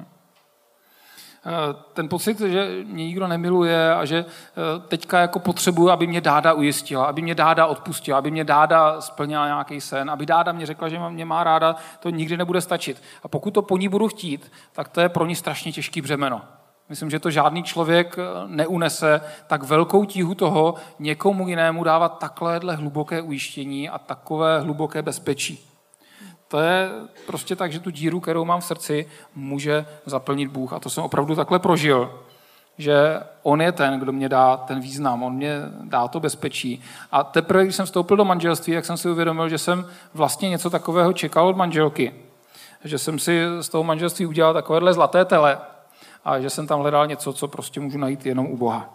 Ten pocit, že mě nikdo nemiluje a že teďka jako potřebuji, aby mě Dáda ujistila, aby mě Dáda odpustila, aby mě Dáda splnila nějaký sen, aby Dáda mě řekla, že mě má ráda, to nikdy nebude stačit. A pokud to po ní budu chtít, tak to je pro ní strašně těžký břemeno. Myslím, že to žádný člověk neunese tak velkou tíhu toho někomu jinému dávat takovéhle hluboké ujištění a takové hluboké bezpečí. To je prostě tak, že tu díru, kterou mám v srdci, může zaplnit Bůh. A to jsem opravdu takhle prožil, že on je ten, kdo mě dá ten význam, on mě dá to bezpečí. A teprve, když jsem vstoupil do manželství, tak jsem si uvědomil, že jsem vlastně něco takového čekal od manželky. Že jsem si z toho manželství udělal takovéhle zlaté tele a že jsem tam hledal něco, co prostě můžu najít jenom u Boha.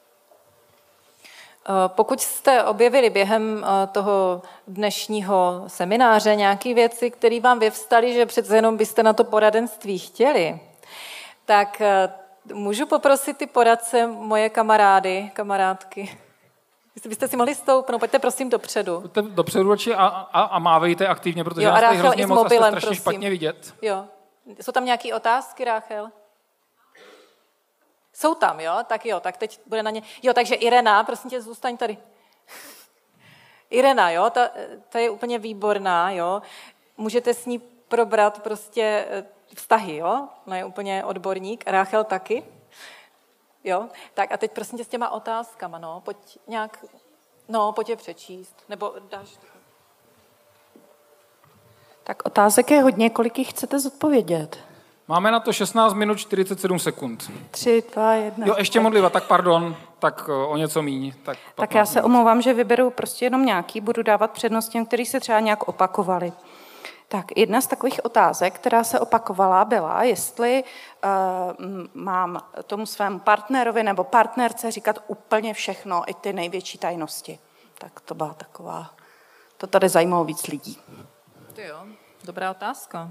Pokud jste objevili během toho dnešního semináře nějaké věci, které vám vyvstaly, že přece jenom byste na to poradenství chtěli, tak můžu poprosit ty poradce, moje kamarádky, jestli byste si mohli stoupnout, pojďte prosím dopředu. Pojďte dopředu a mávejte aktivně, protože nás tady hrozně moc a jste strašně špatně vidět. Jo. Jsou tam nějaké otázky, Ráchel? Jsou tam, jo? Tak teď bude na ně. Jo, takže Irena, prosím tě, zůstaň tady. Irena, jo, ta je úplně výborná, jo. Můžete s ní probrat prostě vztahy, jo. Ona je úplně odborník. Ráchel taky. Jo, tak a teď prosím tě s těma otázkama, no, pojď je přečíst, nebo dáš. Tak otázek je hodně, kolik jich chcete zodpovědět? Máme na to 16 minut 47 sekund. 3, 2, 1. Jo, ještě modlitba, tak pardon, tak o něco míň. Tak já se omlouvám, že vyberu prostě jenom nějaký, budu dávat přednost těm, kteří se třeba nějak opakovali. Tak jedna z takových otázek, která se opakovala, byla, jestli mám tomu svému partnerovi nebo partnerce říkat úplně všechno, i ty největší tajnosti. Tak to byla taková, to tady zajímalo víc lidí. To jo, dobrá otázka.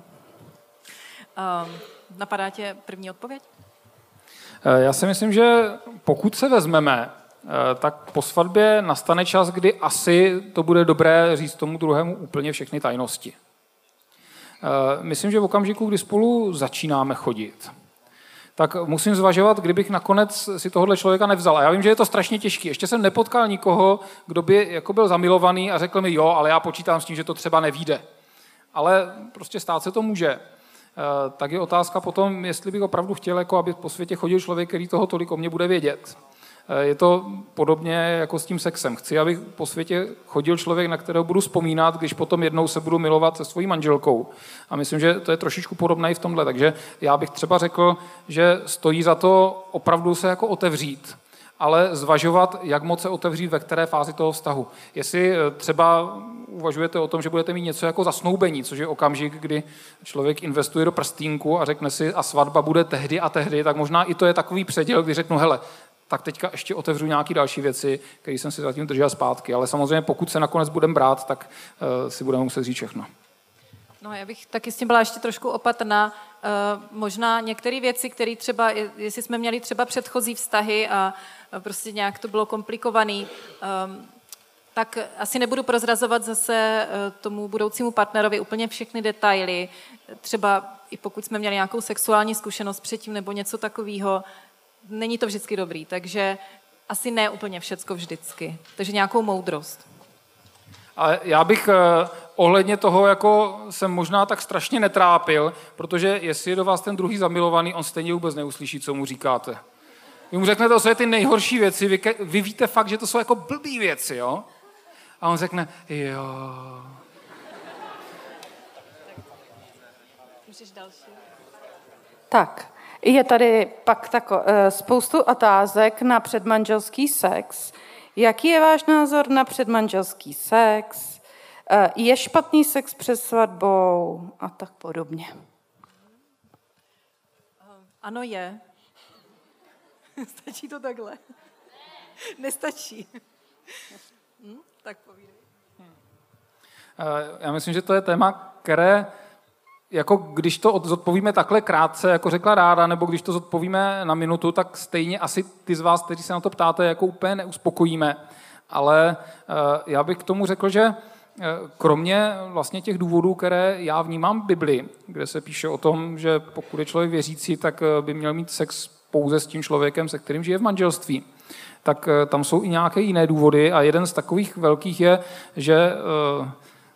Napadá tě první odpověď? Já si myslím, že pokud se vezmeme, tak po svatbě nastane čas, kdy asi to bude dobré říct tomu druhému úplně všechny tajnosti. Myslím, že v okamžiku, kdy spolu začínáme chodit, tak musím zvažovat, kdybych nakonec si tohohle člověka nevzal. A já vím, že je to strašně těžké. Ještě jsem nepotkal nikoho, kdo by jako byl zamilovaný a řekl mi, jo, ale já počítám s tím, že to třeba nevyjde. Ale prostě stát se to může. Tak je otázka potom, jestli bych opravdu chtěl, jako aby po světě chodil člověk, který toho tolik o mě bude vědět. Je to podobně jako s tím sexem. Chci, aby po světě chodil člověk, na kterého budu vzpomínat, když potom jednou se budu milovat se svojí manželkou. A myslím, že to je trošičku podobné i v tomhle. Takže já bych třeba řekl, že stojí za to opravdu se jako otevřít, ale zvažovat, jak moc se otevřít, ve které fázi toho vztahu. Jestli třeba uvažujete o tom, že budete mít něco jako zasnoubení, což je okamžik, kdy člověk investuje do prstínku a řekne si, a svatba bude tehdy a tehdy, tak možná i to je takový předěl, kdy řeknu, hele, tak teďka ještě otevřu nějaké další věci, které jsem si zatím držel zpátky. Ale samozřejmě, pokud se nakonec budeme brát, tak si budeme muset říct všechno. No, já bych taky s tím byla ještě trošku opatrná. Možná některé věci, které třeba, jestli jsme měli třeba předchozí vztahy a prostě nějak to bylo komplikovaný, tak asi nebudu prozrazovat zase tomu budoucímu partnerovi úplně všechny detaily. Třeba i pokud jsme měli nějakou sexuální zkušenost předtím nebo něco takového, není to vždycky dobrý, takže asi ne úplně všecko vždycky. Takže nějakou moudrost. Ale já bych ohledně toho jako jsem možná tak strašně netrápil, protože jestli je do vás ten druhý zamilovaný, on stejně vůbec neuslyší, co mu říkáte. Vy mu řeknete, to jsou ty nejhorší věci, vy víte fakt, že to jsou jako blbý věci, jo? A on řekne, jo. Můžeš další? Tak, je tady pak spoustu otázek na předmanželský sex. Jaký je váš názor na předmanželský sex? Je špatný sex před svatbou? A tak podobně. Ano, je. Stačí to takhle? Nestačí. Tak povídej. Já myslím, že to je téma, které jako když to zodpovíme takhle krátce, jako řekla Ráda, nebo když to zodpovíme na minutu, tak stejně asi ty z vás, kteří se na to ptáte, jako úplně neuspokojíme. Ale já bych k tomu řekl, že kromě vlastně těch důvodů, které já vnímám v Bibli, kde se píše o tom, že pokud je člověk věřící, tak by měl mít sex pouze s tím člověkem, se kterým žije v manželství, tak tam jsou i nějaké jiné důvody a jeden z takových velkých je, že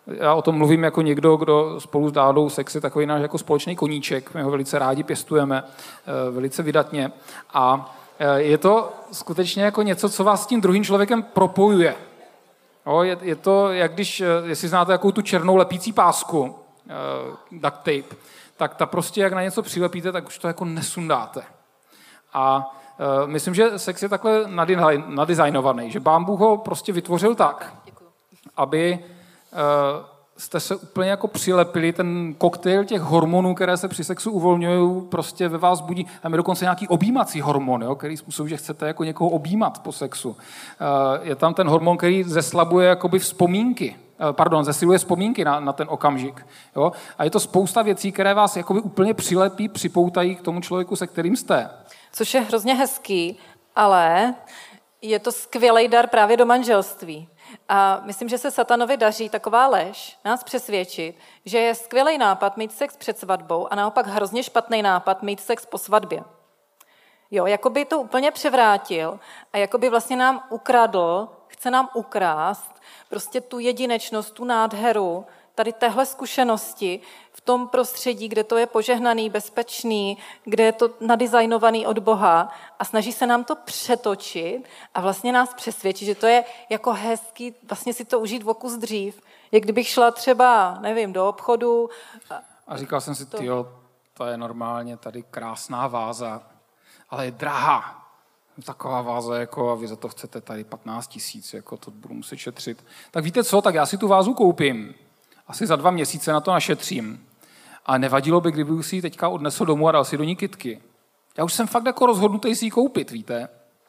Já o tom mluvím jako někdo, kdo spolu s Dádou sex je takový náš jako společný koníček. My ho velice rádi pěstujeme, velice vydatně. A je to skutečně jako něco, co vás s tím druhým člověkem propojuje. Jo, je to, jak když, jestli znáte jakou tu černou lepící pásku, duct tape, tak ta prostě, jak na něco přilepíte, tak už to jako nesundáte. A myslím, že sex je takhle nadizajnovaný, že Pán Bůh ho prostě vytvořil tak, aby jste se úplně jako přilepili, ten koktejl těch hormonů, které se při sexu uvolňují, prostě ve vás budí, tam je dokonce nějaký objímací hormon, jo, který způsobí, že chcete jako někoho objímat po sexu. Je tam ten hormon, který zeslabuje jakoby zesiluje vzpomínky na ten okamžik. Jo? A je to spousta věcí, které vás jakoby úplně přilepí, připoutají k tomu člověku, se kterým jste. Což je hrozně hezký, ale je to skvělý dar právě do manželství. A myslím, že se satanovi daří taková lež nás přesvědčit, že je skvělý nápad mít sex před svatbou a naopak hrozně špatný nápad mít sex po svatbě. Jo, jakoby to úplně převrátil a jakoby vlastně nám ukradl, chce nám ukrást prostě tu jedinečnost, tu nádheru, tady téhle zkušenosti v tom prostředí, kde to je požehnaný, bezpečný, kde je to nadizajnovaný od Boha a snaží se nám to přetočit a vlastně nás přesvědčit, že to je jako hezký vlastně si to užít v kus dřív. Jak kdybych šla třeba, nevím, do obchodu. A říkal jsem si, to je normálně tady krásná váza, ale je drahá. Taková váza, jako a vy za to chcete tady 15 000, jako to budu muset šetřit. Tak víte co, tak já si tu vázu koupím. Asi za 2 měsíce na to našetřím. A nevadilo by, kdybych si ji teďka odnesl domů a dal si do ní kytky. Já už jsem fakt jako rozhodnutý si ji koupit, víte.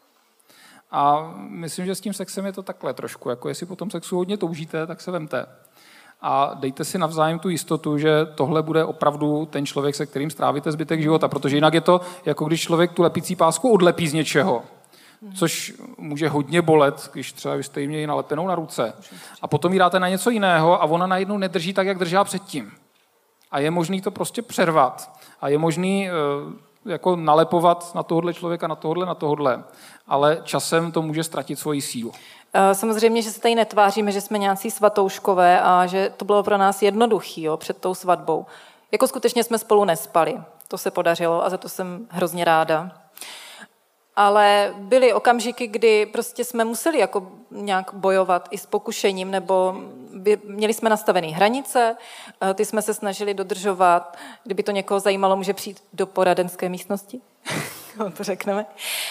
A myslím, že s tím sexem je to takhle trošku. Jako jestli po tom sexu hodně toužíte, tak se vemte. A dejte si navzájem tu jistotu, že tohle bude opravdu ten člověk, se kterým strávíte zbytek života. Protože jinak je to, jako když člověk tu lepící pásku odlepí z něčeho. Což může hodně bolet, když třeba vy jste jí měli nalepenou na ruce. A potom jí dáte na něco jiného a ona najednou nedrží tak, jak držela předtím. A je možný to prostě přervat. A je možný jako nalepovat na tohohle člověka, na tohohle. Ale časem to může ztratit svoji sílu. Samozřejmě, že se tady netváříme, že jsme nějací svatouškové a že to bylo pro nás jednoduchý před tou svatbou. Jako skutečně jsme spolu nespali. To se podařilo a za to jsem hrozně ráda. Ale byly okamžiky, kdy prostě jsme museli jako nějak bojovat i s pokušením, nebo měli jsme nastavené hranice, ty jsme se snažili dodržovat. Kdyby to někoho zajímalo, může přijít do poradenské místnosti. To řekneme.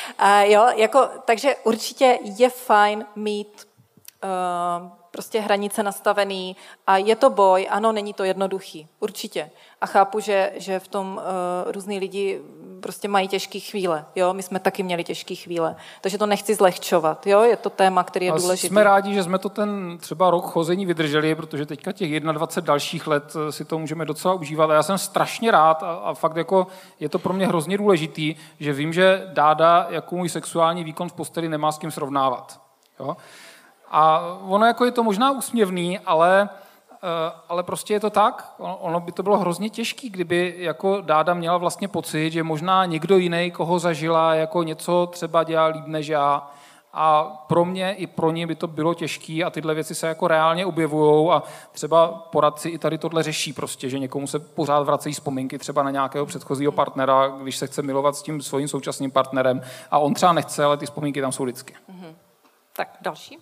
Takže určitě je fajn mít prostě hranice nastavený a je to boj, ano, není to jednoduchý, určitě. A chápu, že v tom různý lidi prostě mají těžké chvíle, jo, my jsme taky měli těžké chvíle, takže to nechci zlehčovat, jo, je to téma, který je důležitý. Jsme rádi, že jsme to ten třeba rok chození vydrželi, protože teďka těch 21 dalších let si to můžeme docela užívat a já jsem strašně rád a fakt jako je to pro mě hrozně důležitý, že vím, že Dáda jako můj sexuální výkon v posteli nemá s kým srovnávat, jo. A ono jako je to možná úsměvný, ale prostě je to tak. Ono by to bylo hrozně těžké, kdyby jako Dáda měla vlastně pocit, že možná někdo jiný, koho zažila, jako něco třeba dělá líp než já. A pro mě i pro ní by to bylo těžké a tyhle věci se jako reálně objevujou a třeba poradci i tady tohle řeší prostě, že někomu se pořád vracejí vzpomínky třeba na nějakého předchozího partnera, když se chce milovat s tím svým současným partnerem a on třeba nechce, ale ty vzpomínky tam jsou vždycky. Tak další.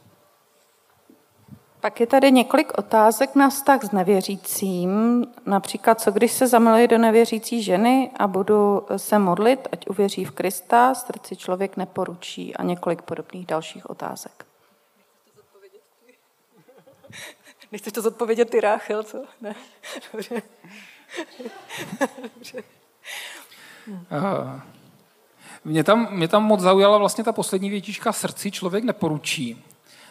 Pak je tady několik otázek na vztah s nevěřícím. Například, co když se zamiluji do nevěřící ženy a budu se modlit, ať uvěří v Krista, srdci člověk neporučí a několik podobných dalších otázek. Nechceš to zodpovědět ty, Ráchel, co? Ne? Dobře. Dobře. Mě tam moc zaujala vlastně ta poslední větička, srdci člověk neporučí.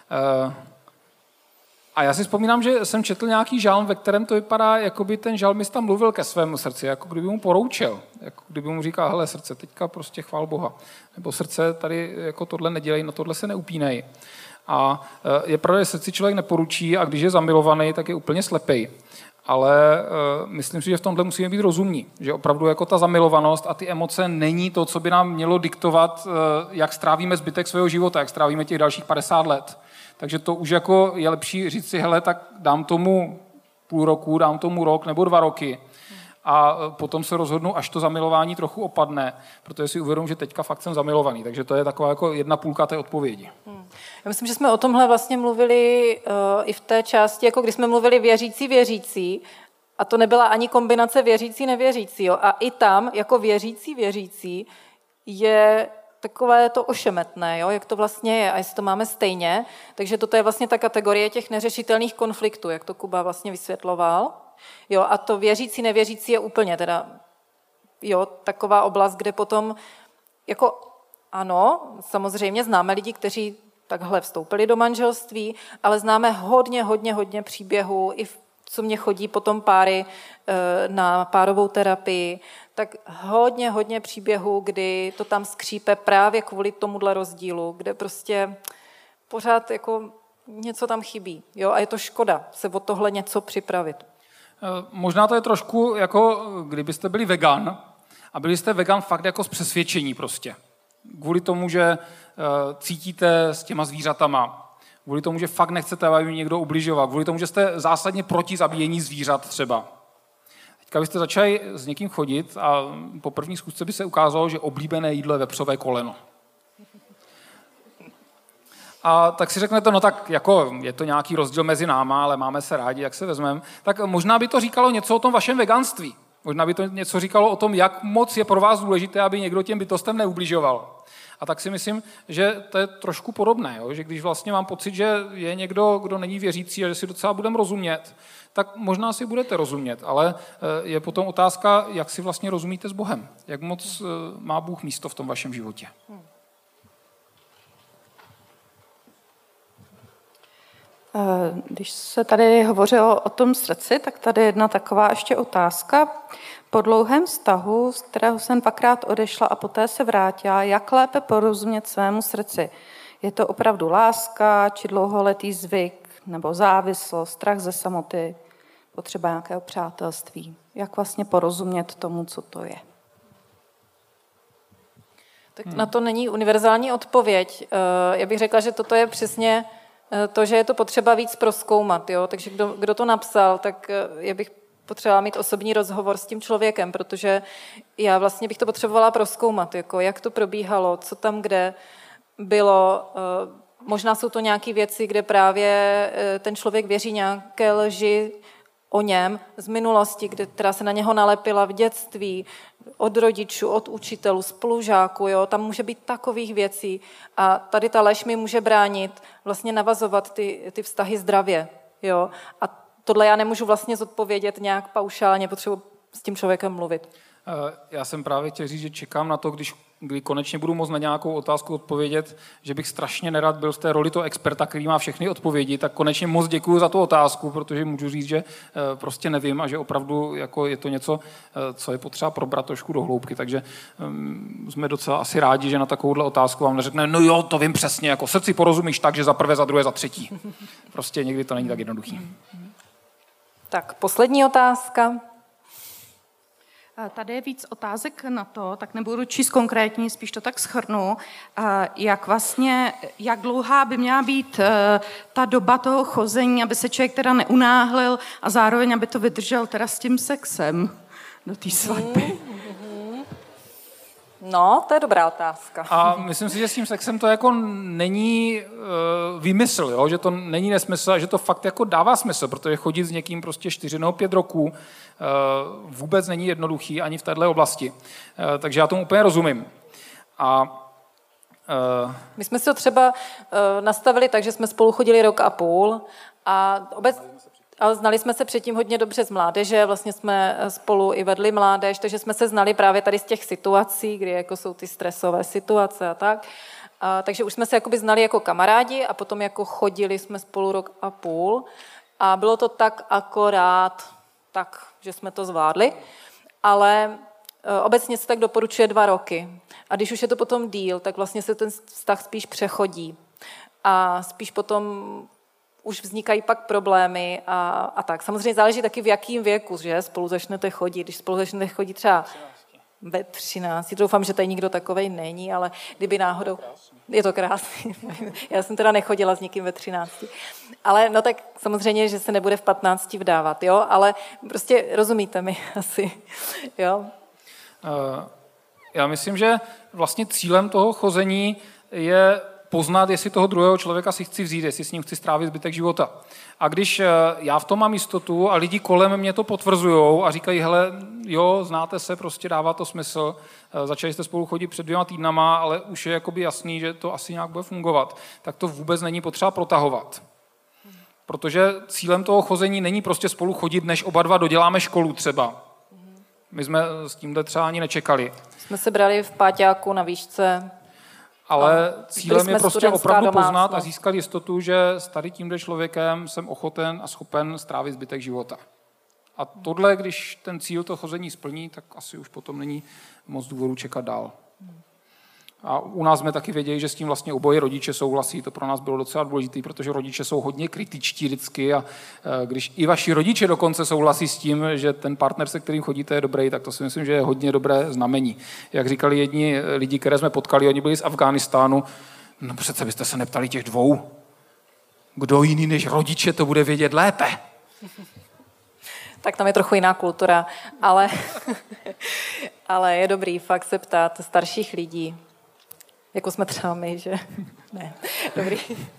A já si vzpomínám, že jsem četl nějaký žalm, ve kterém to vypadá, jako by ten žalmista mluvil ke svému srdci, jako kdyby mu poroučel, jako kdyby mu říkal, hele srdce, teďka prostě chvál Boha. Nebo srdce, tady jako tohle nedělej, na tohle se neupínej. A je pravda, že srdci člověk neporučí a když je zamilovaný, tak je úplně slepej. Ale myslím si, že v tomhle musíme být rozumní, že opravdu jako ta zamilovanost a ty emoce není to, co by nám mělo diktovat, jak strávíme zbytek svého života, jak strávíme těch dalších 50 let. takže to už jako je lepší říct si, hele, tak dám tomu půl roku, dám tomu rok nebo 2 roky a potom se rozhodnu, až to zamilování trochu opadne, protože si uvědomím, že teďka fakt jsem zamilovaný, takže to je taková jako 1/2 té odpovědi. Já myslím, že jsme o tomhle vlastně mluvili i v té části, jako když jsme mluvili věřící, a to nebyla ani kombinace věřící-nevěřící. Jo? A i tam, jako věřící, je takové to ošemetné, jo? Jak to vlastně je a jestli to máme stejně. Takže toto je vlastně ta kategorie těch neřešitelných konfliktů, jak to Kuba vlastně vysvětloval. Jo? A to věřící-nevěřící je úplně teda taková oblast, kde potom, jako ano, samozřejmě známe lidi, kteří takhle vstoupili do manželství, ale známe hodně příběhů, i co mě chodí potom páry na párovou terapii, tak hodně příběhů, kdy to tam skřípe právě kvůli tomuhle rozdílu, kde prostě pořád jako něco tam chybí. Jo? A je to škoda se o tohle něco připravit. Možná to je trošku jako kdybyste byli vegan a byli jste vegan fakt jako z přesvědčení prostě. Kvůli tomu, že cítíte s těma zvířatama, kvůli tomu, že fakt nechcete, aby někdo ubližoval, kvůli tomu, že jste zásadně proti zabíjení zvířat třeba. Teďka byste začali s někým chodit a po první schůzce by se ukázalo, že oblíbené jídlo je vepřové koleno. A tak si řeknete, no tak jako je to nějaký rozdíl mezi náma, ale máme se rádi, jak se vezmeme. Tak možná by to říkalo něco o tom vašem veganství. Možná by to něco říkalo o tom, jak moc je pro vás důležité, aby někdo těm bytostem neubližoval. A tak si myslím, že to je trošku podobné, jo? Že když vlastně mám pocit, že je někdo, kdo není věřící a že si docela budeme rozumět, tak možná si budete rozumět, ale je potom otázka, jak si vlastně rozumíte s Bohem. Jak moc má Bůh místo v tom vašem životě. Když se tady hovořilo o tom srdci, tak tady jedna taková ještě otázka. Po dlouhém vztahu, z kterého jsem 2krát odešla a poté se vrátila, jak lépe porozumět svému srdci? Je to opravdu láska, či dlouholetý zvyk, nebo závislost, strach ze samoty, potřeba nějakého přátelství? Jak vlastně porozumět tomu, co to je? Tak na to není univerzální odpověď. Já bych řekla, že toto je přesně to, že je to potřeba víc prozkoumat. Jo? Takže kdo to napsal, tak já bych potřebovala mít osobní rozhovor s tím člověkem, protože já vlastně bych to potřebovala prozkoumat, jako jak to probíhalo, co tam kde bylo. Možná jsou to nějaké věci, kde právě ten člověk věří nějaké lži o něm z minulosti, která se na něho nalepila v dětství, od rodičů, od učitelů, spolužáků, jo, tam může být takových věcí a tady ta lež mi může bránit vlastně navazovat ty vztahy zdravě, jo, a tohle já nemůžu vlastně zodpovědět nějak paušálně, potřebuji s tím člověkem mluvit. Já jsem právě chtěl říct, že čekám na to, kdy konečně budu moct na nějakou otázku odpovědět, že bych strašně nerad byl v té roli toho experta, který má všechny odpovědi, tak konečně moc děkuju za tu otázku, protože můžu říct, že prostě nevím a že opravdu jako je to něco, co je potřeba probrat trošku do hloubky, takže jsme docela asi rádi, že na takovouhle otázku vám neřekne, no jo, to vím přesně, jako srdci porozumíš tak, že za prvé, za druhé, za třetí. Prostě někdy to není tak jednoduchý. Tak, poslední otázka. Tady je víc otázek na to, tak nebudu číst konkrétní, spíš to tak shrnu. Jak dlouhá by měla být ta doba toho chození, aby se člověk teda neunáhlil a zároveň, aby to vydržel teda s tím sexem do té svatby. No, to je dobrá otázka. A myslím si, že s tím sexem to jako není výmysl, jo? Že to není nesmysl, že to fakt jako dává smysl, protože chodit s někým prostě 4 nebo 5 roků vůbec není jednoduchý ani v této oblasti. Takže já tomu úplně rozumím. My jsme si to třeba nastavili tak, že jsme spolu chodili 1,5 roku ale znali jsme se předtím hodně dobře z mládeže, vlastně jsme spolu i vedli mládež, takže jsme se znali právě tady z těch situací, kdy jako jsou ty stresové situace a tak. Takže už jsme se jakoby znali jako kamarádi a potom jako chodili jsme spolu 1,5 roku a bylo to tak akorát, tak, že jsme to zvládli, ale obecně se tak doporučuje 2 roky. A když už je to potom díl, tak vlastně se ten vztah spíš přechodí a spíš potom už vznikají pak problémy a tak. Samozřejmě záleží taky v jakém věku, že spolu začnete chodit. Když spolu začnete chodit třeba ve 13. Doufám, že tady nikdo takovej není, ale kdyby náhodou... Je to krásný. Já jsem teda nechodila s někým ve 13. Ale no tak samozřejmě, že se nebude v 15 vdávat, jo? Ale prostě rozumíte mi asi, jo? Já myslím, že vlastně cílem toho chození je poznat, jestli toho druhého člověka si chci vzít, jestli s ním chci strávit zbytek života. A když já v tom mám jistotu a lidi kolem mě to potvrzujou a říkají, hele, jo, znáte se, prostě dává to smysl, začali jste spolu chodit před 2 týdnama, ale už je jakoby jasný, že to asi nějak bude fungovat, tak to vůbec není potřeba protahovat. Protože cílem toho chození není prostě spolu chodit, než oba dva doděláme školu třeba. My jsme s tímhle třeba ani nečekali. Jsme se brali v páťáku na výšce. Ale cílem je prostě opravdu poznat a získat jistotu, že s tady tímhle člověkem jsem ochoten a schopen strávit zbytek života. A tohle, když ten cíl to chození splní, tak asi už potom není moc důvodu čekat dál. A u nás jsme taky věděli, že s tím vlastně oboje rodiče souhlasí. To pro nás bylo docela důležité, protože rodiče jsou hodně kritičtí vždycky a když i vaši rodiče dokonce souhlasí s tím, že ten partner, se kterým chodíte, je dobrý, tak to si myslím, že je hodně dobré znamení. Jak říkali jedni lidi, které jsme potkali, oni byli z Afghánistánu, no přece byste se neptali těch 2. Kdo jiný než rodiče to bude vědět lépe? Tak tam je trochu jiná kultura, ale je dobrý fakt se ptát starších lidí. Jako jsme třeba my, že? Ne, dobrý.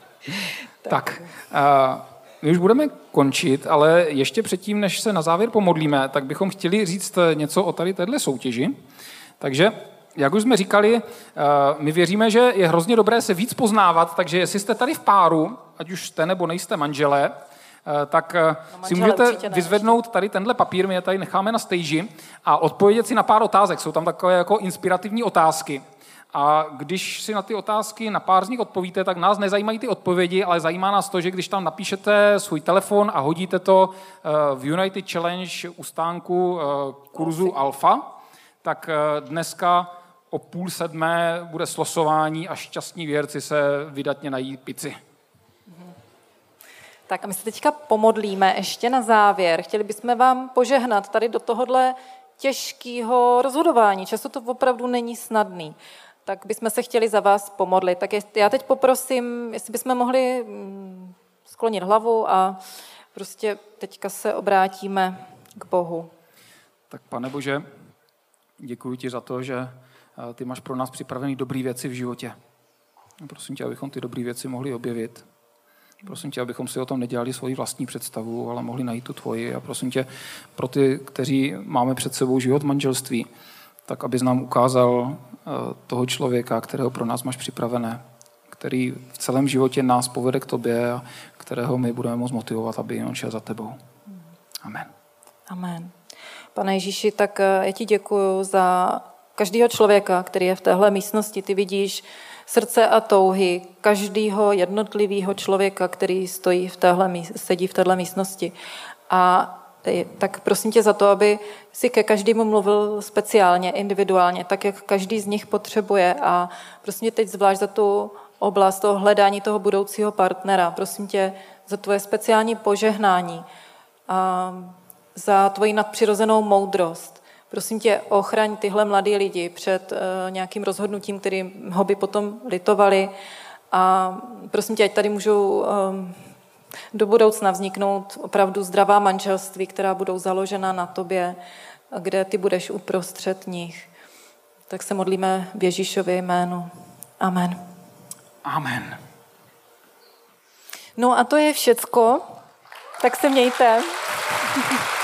Tak my už budeme končit, ale ještě předtím, než se na závěr pomodlíme, tak bychom chtěli říct něco o tady téhle soutěži. Takže, jak už jsme říkali, my věříme, že je hrozně dobré se víc poznávat, takže jestli jste tady v páru, ať už jste nebo nejste manželé, tak si můžete vyzvednout tady tenhle papír, my je tady necháme na stage a odpovědět si na pár otázek. Jsou tam takové jako inspirativní otázky. A když si na ty otázky na pár z nich odpovíte, tak nás nezajímají ty odpovědi, ale zajímá nás to, že když tam napíšete svůj telefon a hodíte to v United Challenge u stánku kurzu Alfa, tak dneska o 6:30 bude slosování a šťastní věrci se vydatně nají pizzy. Tak a my se teďka pomodlíme ještě na závěr. Chtěli bychom vám požehnat tady do tohohle těžkého rozhodování. Často to opravdu není snadný. Tak bychom se chtěli za vás pomodlit. Tak já teď poprosím, jestli bychom mohli sklonit hlavu a prostě teďka se obrátíme k Bohu. Tak Pane Bože, děkuji ti za to, že ty máš pro nás připravené dobré věci v životě. Prosím tě, abychom ty dobré věci mohli objevit. Prosím tě, abychom si o tom nedělali svoji vlastní představu, ale mohli najít tu tvoji. A prosím tě, pro ty, kteří máme před sebou život v manželství, tak abys nám ukázal toho člověka, kterého pro nás máš připravené, který v celém životě nás povede k tobě a kterého my budeme moct motivovat, aby on šel za tebou. Amen. Amen. Pane Ježíši, tak já ti děkuju za každého člověka, který je v téhle místnosti. Ty vidíš srdce a touhy každého jednotlivého člověka, který sedí v téhle místnosti. A tak prosím tě za to, aby si ke každému mluvil speciálně, individuálně, tak, jak každý z nich potřebuje. A prosím tě teď zvlášť za tu oblast toho hledání toho budoucího partnera. Prosím tě za tvoje speciální požehnání, a za tvoji nadpřirozenou moudrost. Prosím tě, ochraň tyhle mladý lidi před nějakým rozhodnutím, kterým ho by potom litovali. A prosím tě, ať tady můžou do budoucna vzniknout opravdu zdravá manželství, která budou založena na tobě, kde ty budeš uprostřed nich. Tak se modlíme v Ježíšově jménu. Amen. Amen. No a to je všecko. Tak se mějte.